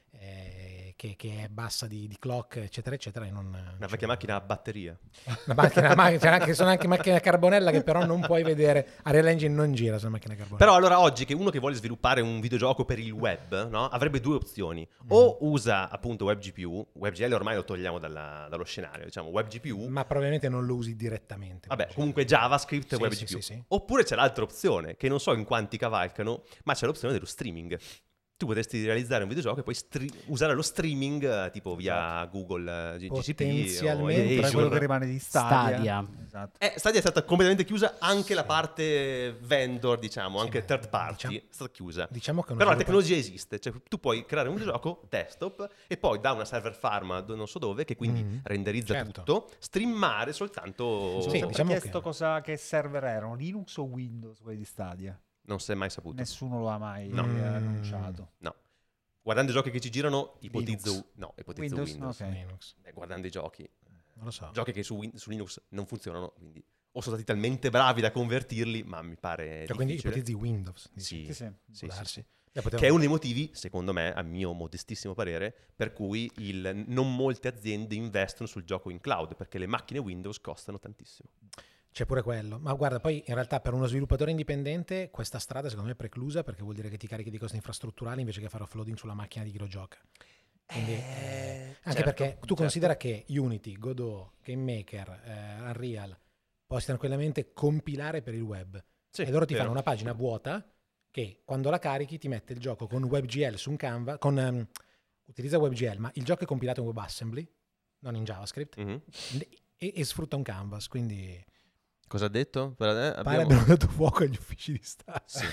eh, che, che è bassa di, di clock, eccetera, eccetera, io non... Una vecchia macchina a batteria. Una macchina, una macchina- c'è anche- sono anche macchine a carbonella che però non puoi vedere. Unreal Engine non gira su una macchina a carbonella. Però allora oggi che uno che vuole sviluppare un videogioco per il web, no? Avrebbe due opzioni. O usa appunto WebGPU, WebGL ormai lo togliamo dalla- dallo scenario, diciamo WebGPU. Ma probabilmente non lo usi direttamente. Vabbè, Cioè, comunque JavaScript e Sì, WebGPU. sì, sì, sì. Oppure c'è l'altra opzione, che non so in quanti cavalcano, ma c'è l'opzione dello streaming. Tu potresti realizzare un videogioco e poi stri- usare lo streaming eh, tipo via Google eh, G- G C P o Potenzialmente, Tra Azure. quello che rimane di Stadia. Stadia. Esatto. Eh, Stadia è stata completamente chiusa, anche Sì. la parte vendor, diciamo, Sì, anche beh, third party diciamo- è stata chiusa. Diciamo che uno Però la sviluppa- tecnologia esiste, cioè tu puoi creare un videogioco desktop e poi da una server farm do- non so dove, che quindi Mhm. renderizza Certo. tutto, streamare soltanto... Mi sono Sì, sempre diciamo chiesto che- cosa, che server erano, Linux o Windows quelli di Stadia. Non si è mai saputo. Nessuno lo ha mai No. eh, Mm. annunciato. No. Guardando i giochi che ci girano, ipotizzo Linux. no, ipotizzo Windows? Windows. Ok. Linux. Eh, guardando i giochi, Non lo so. giochi che su, Win- su Linux non funzionano, quindi o sono stati talmente bravi da convertirli, ma mi pare Cioè, quindi difficile. ipotizzi Windows. dici. Sì, Sì, sì. sì, Può sì, darsi. sì. Beh, poteva- Che è uno dei motivi, secondo me, a mio modestissimo parere, per cui il- non molte aziende investono sul gioco in cloud, perché le macchine Windows costano tantissimo. C'è pure quello. Ma guarda, poi in realtà per uno sviluppatore indipendente questa strada secondo me è preclusa perché vuol dire che ti carichi di costi infrastrutturali invece che fare offloading sulla macchina di chi lo gioca. Quindi, eh, anche certo, perché tu certo. considera che Unity, Godot, GameMaker, eh, Unreal possono tranquillamente compilare per il web. Sì, e loro ti vero. fanno una pagina vuota che quando la carichi ti mette il gioco con WebGL su un Canva, con, ehm, utilizza WebGL, ma il gioco è compilato in WebAssembly, non in JavaScript, Mhm. e, e sfrutta un canvas, quindi Cosa ha detto? Per- eh, pare abbiamo- abbiano dato fuoco agli uffici di Stato. Sì.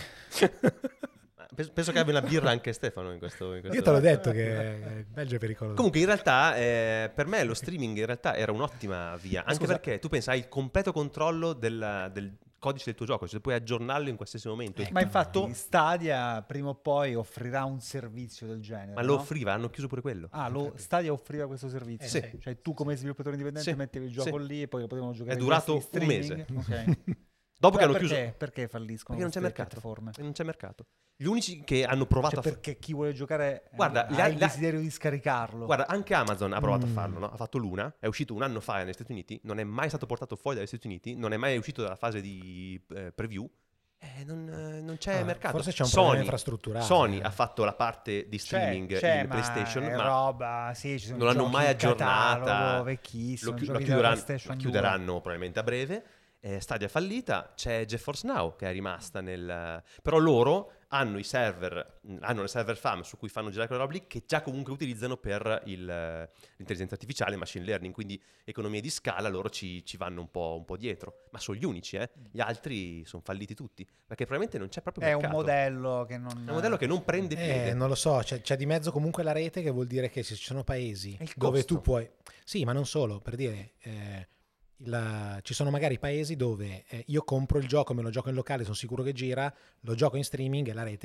Ma penso, penso che abbia una birra anche Stefano in questo, in questo- Io te l'ho detto che il Belgio è pericoloso. Comunque in realtà eh, per me lo streaming in realtà era un'ottima via, anche Scusa. perché tu pensa hai il completo controllo del, del codice del tuo gioco, cioè puoi aggiornarlo in qualsiasi momento. Ecco. Ma infatti Stadia prima o poi offrirà un servizio del genere. Ma lo no? offriva, hanno chiuso pure quello. Ah, lo, Stadia offriva questo servizio. Eh, sì. Cioè tu come sviluppatore indipendente Sì, mettevi il gioco sì. lì e poi lo potevano giocare È in durato questi un streaming. Ok. Dopo che Però hanno perché? chiuso... Perché falliscono Perché non c'è queste mercato. piattaforme? Non c'è mercato. Gli unici che hanno provato Cioè a... fa- perché chi vuole giocare eh, Guarda, ha la- il la- desiderio di scaricarlo. Guarda, anche Amazon ha provato Mm. a farlo, no? Ha fatto l'una, è uscito un anno fa negli Stati Uniti, non è mai stato portato fuori dagli Stati Uniti, non è mai uscito dalla fase di eh, preview Eh, non, non c'è Ah, mercato. forse c'è un Sony, problema infrastrutturale. Sony ha fatto la parte di C'è, streaming c'è, in ma PlayStation, è ma roba, sì, ci sono non l'hanno giochi mai in catalogo, aggiornata. vecchissimo, Lo, chi- giochi la della chiuderanno, PlayStation la due. chiuderanno probabilmente a breve. Eh, Stadia è fallita, c'è GeForce Now che è rimasta nel... Però loro hanno i server, hanno le server farm su cui fanno girare quella roba lì, che già comunque utilizzano per il, l'intelligenza artificiale, il machine learning, quindi economie di scala loro ci, ci vanno un po', un po' dietro. Ma sono gli unici, eh? Gli altri sono falliti tutti, perché probabilmente non c'è proprio È mercato. un modello che non... È un modello che non prende piede. Eh, non lo so, c'è, c'è di mezzo comunque la rete, che vuol dire che se ci sono paesi È il dove costo. tu puoi... Sì, ma non solo, per dire... eh, la- ci sono magari paesi dove eh, io compro il gioco, me lo gioco in locale, sono sicuro che gira, lo gioco in streaming e la rete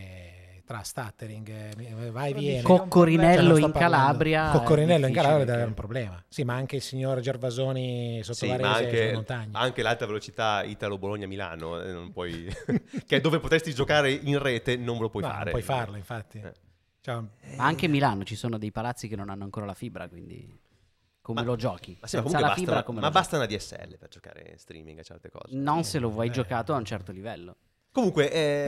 è tra stuttering, eh, vai e Però viene. dici- Coccorinello Cioè, non sto in parlando- Calabria. è Coccorinello in difficile Calabria è che- un problema. Sì, ma anche il signor Gervasoni sotto Sì, la ma rese sulle anche, montagne. anche l'alta velocità Italo-Bologna-Milano, eh, non puoi... che è dove potresti giocare in rete, non lo puoi No, fare. non puoi farlo, infatti. Eh. Cioè, Ma anche a Milano ci sono dei palazzi che non hanno ancora la fibra, quindi come Ma- lo giochi? Ma, sì, ma Senza comunque la basta, fibra una- come ma lo basta una D S L per giocare in streaming a certe cose. giochi? Non se lo vuoi Eh. giocato a un certo livello. Comunque,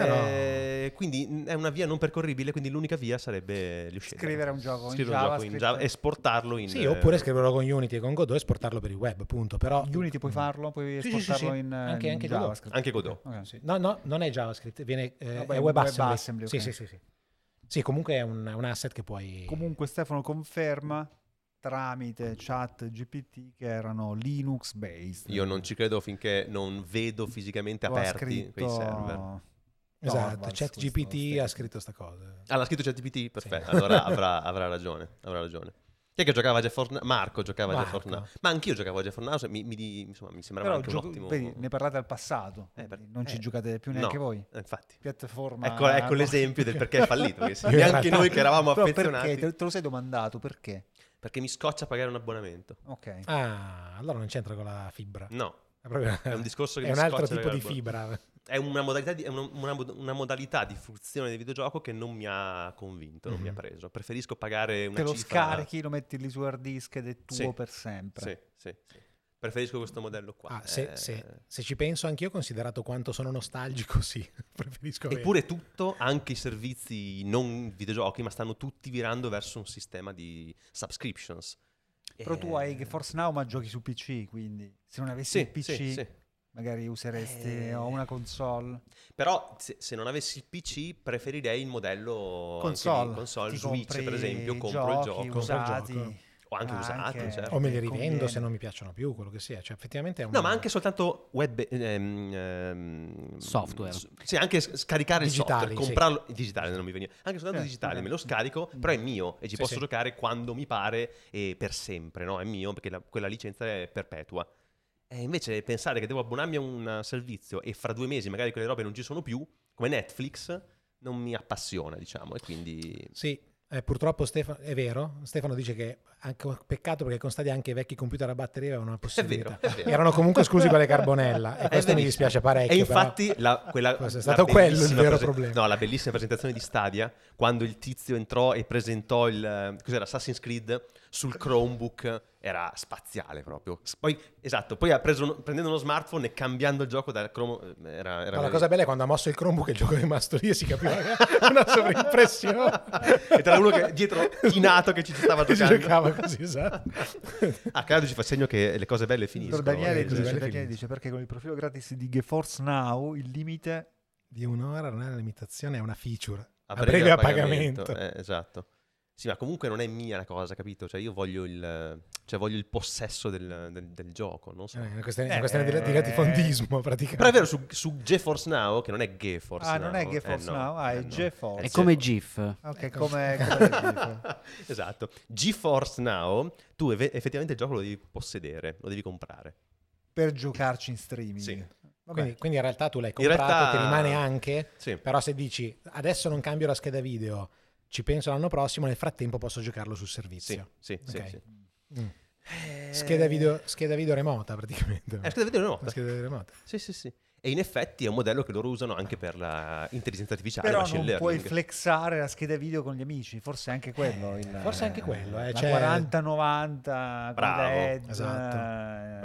eh, quindi è una via non percorribile, quindi l'unica via sarebbe riuscire Scrivere un gioco in scrivere un gioco in JavaScript. Java, esportarlo in... sì, oppure scriverlo con Unity e con Godot e esportarlo per il web, punto. Però Unity puoi farlo, puoi Sì, sì, sì, esportarlo sì. in, eh, Anche- in anche Godot. JavaScript. Anche Godot. Ok. Sì. No, no, non è JavaScript, viene, eh, Vabbè, è WebAssembly. WebAssembly, Sì, ok. sì, sì, sì. Sì, comunque è un, un asset che puoi... Comunque Stefano conferma tramite chat G P T che erano Linux based. Io non ci credo finché non vedo fisicamente Lo ha aperti quei server. Esatto, Torvalds, ChatGPT questo ha scritto sta cosa. Ah, l'ha scritto ChatGPT? Perfetto, allora avrà, avrà ragione, avrà ragione. Chi è che giocava a GeForce Now? Marco giocava a Marco. GeForce Now. Ma anch'io giocavo a GeForce Now, mi, mi, insomma, mi sembrava Però anche gioco- un ottimo... vedi, ne parlate al passato, Eh, per- quindi non ci eh, giocate più no, neanche voi. eh, infatti. Piattaforma. Ecco, ecco no. l'esempio del perché è fallito. Perché se Io in neanche realtà- noi che eravamo Però affezionati... perché? Te, te lo sei domandato perché? Perché mi scoccia pagare un abbonamento. Ok. Ah, allora non c'entra con la fibra. No, È, proprio- è un discorso che è mi un altro scoccia tipo di pagare fibra. è una modalità di, è una, una mod- una modalità di fruizione del videogioco che non mi ha convinto, non mi ha Mhm. preso. Preferisco pagare una Te lo cifra... scarichi, lo metti lì su hard disk ed è tuo Sì, per sempre. Sì, sì, sì. Preferisco questo modello qua. Ah, se, Eh, se- se ci penso anch'io, considerato quanto sono nostalgico, sì, preferisco avere. Eppure tutto, anche i servizi non videogiochi, ma stanno tutti virando verso un sistema di subscriptions. Però tu Eh, hai GeForce Now ma giochi su P C, quindi se non avessi Sì, il P C sì, sì. magari useresti Eh, o una console. Però se, se non avessi il P C preferirei il modello anche Console. di console. Ti Switch compri per esempio, i compro il giochi gioco. Compro il usati. gioco. O anche usati, Anche- certo. O me li Che rivendo conviene. se non mi piacciono più, quello che sia. Cioè, effettivamente è un... No, ma anche soltanto web... ehm, ehm, Software. s- Sì, anche s- scaricare Digitali, il sì. software, comprarlo... Digitale non mi veniva. Anche soltanto Sì, digitale, ok. me lo scarico, però è mio e ci Sì, posso sì. giocare quando mi pare e per sempre, no? È mio perché la- quella licenza è perpetua. E invece pensare che devo abbonarmi a un servizio e fra due mesi magari quelle robe non ci sono più, come Netflix, non mi appassiona, diciamo, e quindi... Sì, eh, purtroppo Stefano, è vero, Stefano dice che anche peccato perché con Stadia anche i vecchi computer a batteria avevano una possibilità. vero, è vero. Erano comunque esclusi con le carbonella e È questo mi verissimo. dispiace parecchio. E infatti però- la, quella, Forse è la stato quello il bellissima vero prese- problema. No, la bellissima presentazione di Stadia, quando il tizio entrò e presentò il eh, cos'era, Assassin's Creed sul Chromebook, era spaziale proprio. S- Poi, esatto, poi ha preso uno- prendendo uno smartphone e cambiando il gioco dal Chrome, eh, era, era No, la cosa bella è quando ha mosso il Chromebook e il gioco è rimasto lì e si capiva che era una sovrimpressione. E tra uno che dietro chinato che ci stava Che si giocando. giocava così, esatto. Ah, Claudio ci fa segno che le cose belle finiscono. Dottor Daniele, eh, così dice, belle Daniele finiscono. dice perché con il profilo gratis di GeForce Now il limite Di un'ora non è una limitazione, è una feature. a A breve a pagamento. Eh, esatto. Sì, ma comunque non è mia la cosa, capito? Cioè io voglio il, cioè voglio il possesso del, del- del gioco, non so. Eh, È una questione, è Eh, una questione di, di latifondismo, praticamente. Però è vero, su, su GeForce Now, che non è GeForce Ah, Now. non è GeForce eh, no, Now, ah, eh, è no. GeForce. È Eh, come sì. GIF. Ok, Ecco. come, come GeForce. Esatto. GeForce Now, tu eve- effettivamente il gioco lo devi possedere, lo devi comprare. Per giocarci in streaming. Sì. Vabbè. Quindi, quindi in realtà tu l'hai In comprato, realtà- ti rimane anche, Sì. però se dici adesso non cambio la scheda video, ci penso l'anno prossimo, nel frattempo posso giocarlo sul Sì, servizio. sì, sì, Ok. sì. Mm. Eh, Scheda, video, scheda video remota praticamente. Eh, scheda video remota. Una scheda video remota. Sì, sì, sì. E in effetti è un modello che loro usano anche per la intelligenza artificiale, Però machine non learning. puoi flexare la scheda video con gli amici, forse anche quello. Il, forse anche quello, eh, La cioè- quaranta novanta con Bravo, L E D, esatto. eh, Bravo.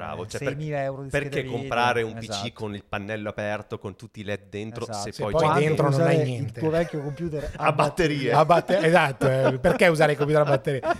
bravo. Cioè, seimila euro di perché schede video, comprare un P C esatto. con il pannello aperto, con tutti i L E D dentro, Esatto. se Se poi, poi c'è- dentro non usare hai il niente. tuo vecchio computer a batterie. A batte- esatto, eh, perché usare il computer a batteria?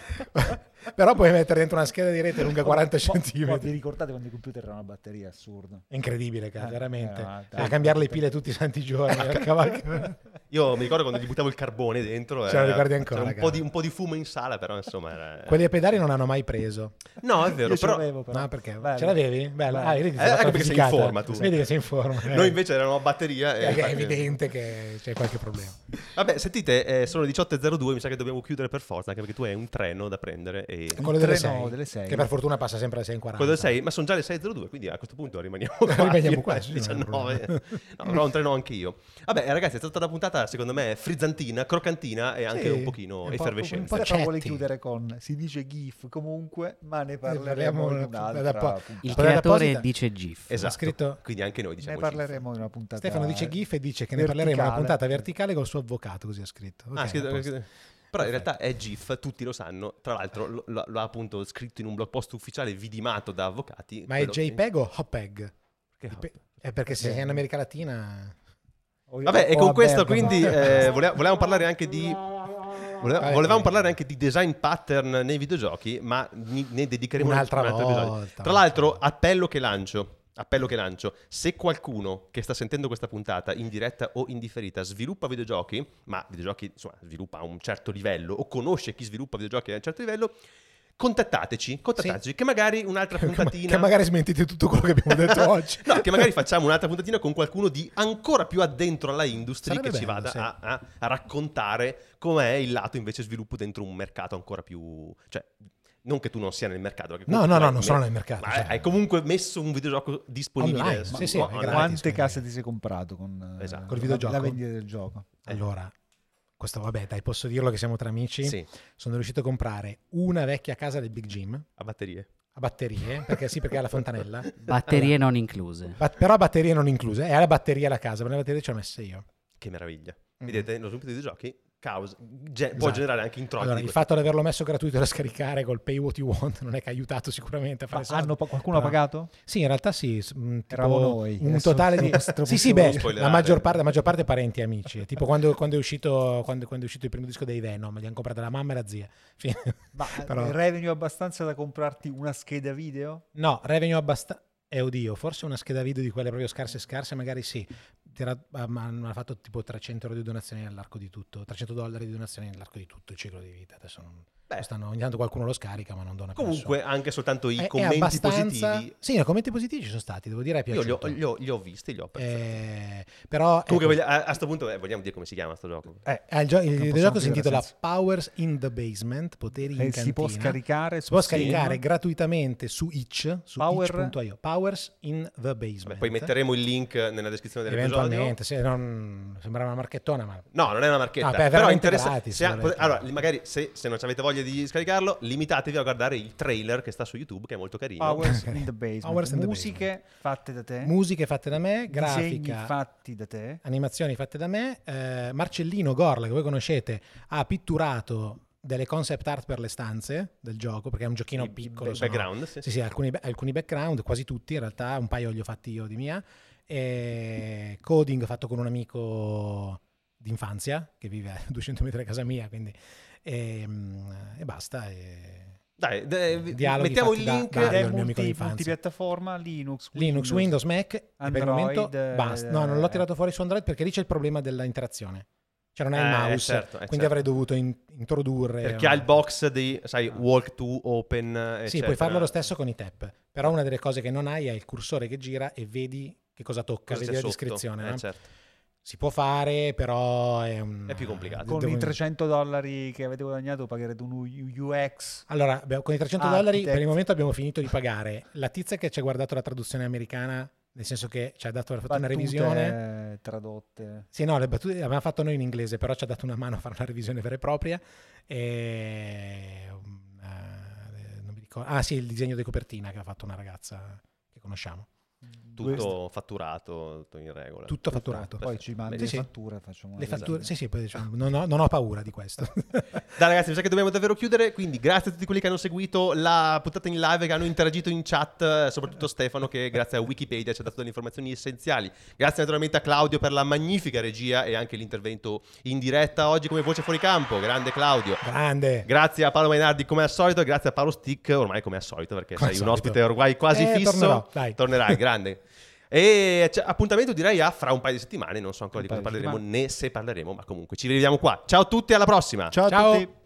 Però puoi mettere dentro una scheda di rete lunga quaranta Ma- ma- ma vi centimetri. ricordate quando i computer erano a batteria? Assurdo. È incredibile, cazzo, Eh, veramente. eh, no, a dai, cambiare le dai. pile tutti i santi giorni. per cavalcare. Io mi ricordo quando gli buttavo il carbone dentro. Ce lo era- ricordi ancora, c'era un po, cavolo. di, un po' di fumo in sala, però insomma era... Quelli a pedali non hanno mai preso. No, è vero, Io ce però... l'avevo, però. No, perché? Bello. Ce l'avevi? Bello. Ah, vedi, ti sei Eh, fatto anche perché sei in fisiccata. forma tu. Vedi che sei in forma. eh. Noi invece eravamo a batteria. E Eh, che è infatti- evidente che c'è qualche problema. Vabbè, sentite, eh, sono le diciotto e zero due, mi sa che dobbiamo chiudere per forza, anche perché tu hai un treno da prendere. E... Quello delle treno sei, delle sei. che per fortuna passa sempre alle sei e quaranta. Quello del sei, ma sono già le sei e zero due, quindi a questo punto rimaniamo qua. Rimaniamo qua, sì, non è un diciannove. problema. No, avrò un treno anche io. Vabbè, ragazzi, è stata una puntata, secondo me, frizzantina, croccantina e anche Sì, un pochino un po'- effervescente. un po' Stefano vuole cetti. chiudere con si dice GIF comunque, ma ne parliamo parleremo in da un'altra po'. puntata. Il Quella creatore apposita- dice GIF. Esatto, scritto- quindi anche noi diciamo Ne GIF. parleremo in una puntata. Stefano dice GIF e dice che ne parleremo in una verticale. puntata verticale col suo avvocato, così ha scritto. Ok, Ah, scritto- a posto. Però in realtà è GIF, tutti lo sanno. Tra l'altro lo, lo- lo ha appunto scritto in un blog post ufficiale vidimato da avvocati. Ma è quello che- JPEG o JPEG? Perché- Dip- È perché se sei in America Latina... O- Vabbè, e o con a questo Bergamo. quindi eh, voleva- volevamo parlare anche di... voleva- Vai, volevamo vai. parlare anche di design pattern nei videogiochi, ma ni- ne dedicheremo Un'altra un altro episodio. volta. Tra l'altro, appello che lancio. Appello che lancio, se qualcuno che sta sentendo questa puntata in diretta o in differita sviluppa videogiochi, ma videogiochi insomma sviluppa a un certo livello o conosce chi sviluppa videogiochi a un certo livello, contattateci, contattateci che magari un'altra Che, puntatina che magari smentite tutto quello che abbiamo detto oggi. No, che magari facciamo un'altra puntatina con qualcuno di ancora più addentro alla industria Sarebbe che ci bello, vada sì. a, a- a raccontare com'è il lato invece sviluppo dentro un mercato ancora più... Cioè, non che tu non sia nel mercato. perché No, comunque no, no, tu hai non me- sono nel mercato, Ma cioè. hai comunque messo un videogioco disponibile. Online, su- sì, sì, no, è online. gratis. Quante quindi. casse ti sei comprato con eh, Esatto. Col la- videogioco? la vendita del gioco? Allora, questo vabbè, dai, posso dirlo che siamo tra amici. Sì, Sono riuscito a comprare una vecchia casa del Big Jim a batterie. a batterie, perché sì, perché ha la fontanella. Batterie non incluse. Ba- però batterie non incluse, è la batteria la casa, ma le batterie ce l'ho messe io. Che meraviglia. Mm. Vedete, lo sviluppo dei videogiochi causa, ge- può Esatto. generare anche introiti. Allora, di il questo- fatto di averlo messo gratuito da scaricare col pay what you want non è che ha aiutato sicuramente a Ma fare soldi. hanno, qualcuno ha Però- pagato? Sì, in realtà sì, s- mh, tipo Eravamo noi. un Adesso totale te lo di posso- te lo Sì, sì, possiamo beh, spoilerare. la maggior parte, la maggior parte parenti e amici, tipo quando, quando è uscito quando, quando è uscito il primo disco dei Venom, li hanno comprati la mamma e la zia. Fine. Ma Però- eh, revenue abbastanza da comprarti una scheda video? No, revenue abbastanza. Eh, oddio, forse una scheda video di quelle proprio scarse scarse, magari sì. Tira- ah, ma hanno fatto tipo trecento euro di donazioni all'arco di tutto, trecento dollari di donazioni all'arco di tutto il ciclo di vita. Adesso non, Beh. stanno, ogni tanto qualcuno lo scarica, ma non dona più Comunque, nessuno. anche soltanto i È- è commenti abbastanza- positivi. Sì, i commenti positivi ci sono stati, devo dire, è Io li piaciuto. ho, li ho- li ho visti, li ho apprezzati. Eh, però Comunque, ecco, voglia- a, a sto punto, eh, vogliamo dire come si chiama sto gioco? eh, il, gio- il Non possiamo videogioco si chiudere intitola senza. Powers in the Basement, poteri in E cantina. si può scaricare Si può su Steam? scaricare gratuitamente su itch, su Power- itch punto io. Powers in the Basement. Vabbè, poi metteremo il link nella descrizione dell'episodio. Eventualmente, se non sembrava una marchettona, ma No, non è una marchetta. No, beh, è però veramente interessa- gratis, se ha- volete. allora, magari se, se non avete voglia di scaricarlo, limitatevi a guardare il trailer che sta su YouTube, che è molto carino. Powers in the Basement. Powers in the Musiche fatte da te. musiche fatte da me, Disegni grafica, fatti da te. animazioni fatte da me. eh, Marcellino Gorla, che voi conoscete, ha pitturato delle concept art per le stanze del gioco, perché è un giochino I- piccolo. i sono- background, sì. Sì, sì, alcuni, alcuni background, quasi tutti in realtà, un paio li ho fatti io di mia. E coding fatto con un amico d'infanzia che vive a duecento metri da casa mia, quindi e, mm, e basta. E... Dai, de- Dialoghi mettiamo il fatti da- link. da- Ed è il mio amico multi, d'infanzia. multipiattaforma, Linux, Linux, Windows, Mac, e per il Android, momento eh, basta. No, non l'ho tirato fuori su Android perché lì c'è il problema dell'interazione. Cioè non è il Eh, mouse, certo, eh, quindi certo. avrei dovuto in- introdurre... Perché ha il box di, sai, walk to, open, eccetera. Sì, puoi farlo lo stesso con i tab. Però una delle cose che non hai è il cursore che gira e vedi che cosa tocca, Cosa vedi c'è la sotto. descrizione. Eh, no? certo. Si può fare, però è un... È più complicato. Con devo- i trecento dollari che avete guadagnato pagherete un U- U X. Allora, abbiamo- con i trecento Ah, dollari architect. per il momento abbiamo finito di pagare la tizia che ci ha guardato la traduzione americana, nel senso che ci ha dato ha fatto una battute revisione. tradotte. Sì, no, le battute le abbiamo fatto noi in inglese, però ci ha dato una mano a fare una revisione vera e propria. E, um, eh, non mi ricordo. Ah, sì, il disegno di copertina che ha fatto una ragazza che conosciamo. tutto Due- fatturato, tutto in regola. Tutto fatturato. Poi ci mandi Sì, le sì. fatture e facciamo Le una fatture, cosa. sì, sì, poi diciamo, non, ho, non ho paura di questo. Dai ragazzi, mi sa che dobbiamo davvero chiudere, quindi grazie a tutti quelli che hanno seguito la puntata in live, che hanno interagito in chat, eh, soprattutto Stefano che grazie a Wikipedia ci ha dato delle informazioni essenziali. Grazie naturalmente a Claudio per la magnifica regia e anche l'intervento in diretta oggi come voce fuori campo, grande Claudio. Grande. Grazie a Paolo Mainardi come al solito e grazie a Paolo Stick, ormai come al solito perché Come al sei un solito. ospite ormai quasi Eh, fisso. tornerò, dai. Tornerai, grande. E c'è appuntamento direi a fra un paio di settimane, non so ancora Un di cosa paio di parleremo né se parleremo, ma comunque ci rivediamo qua. Ciao a tutti, alla prossima. Ciao a Ciao. tutti.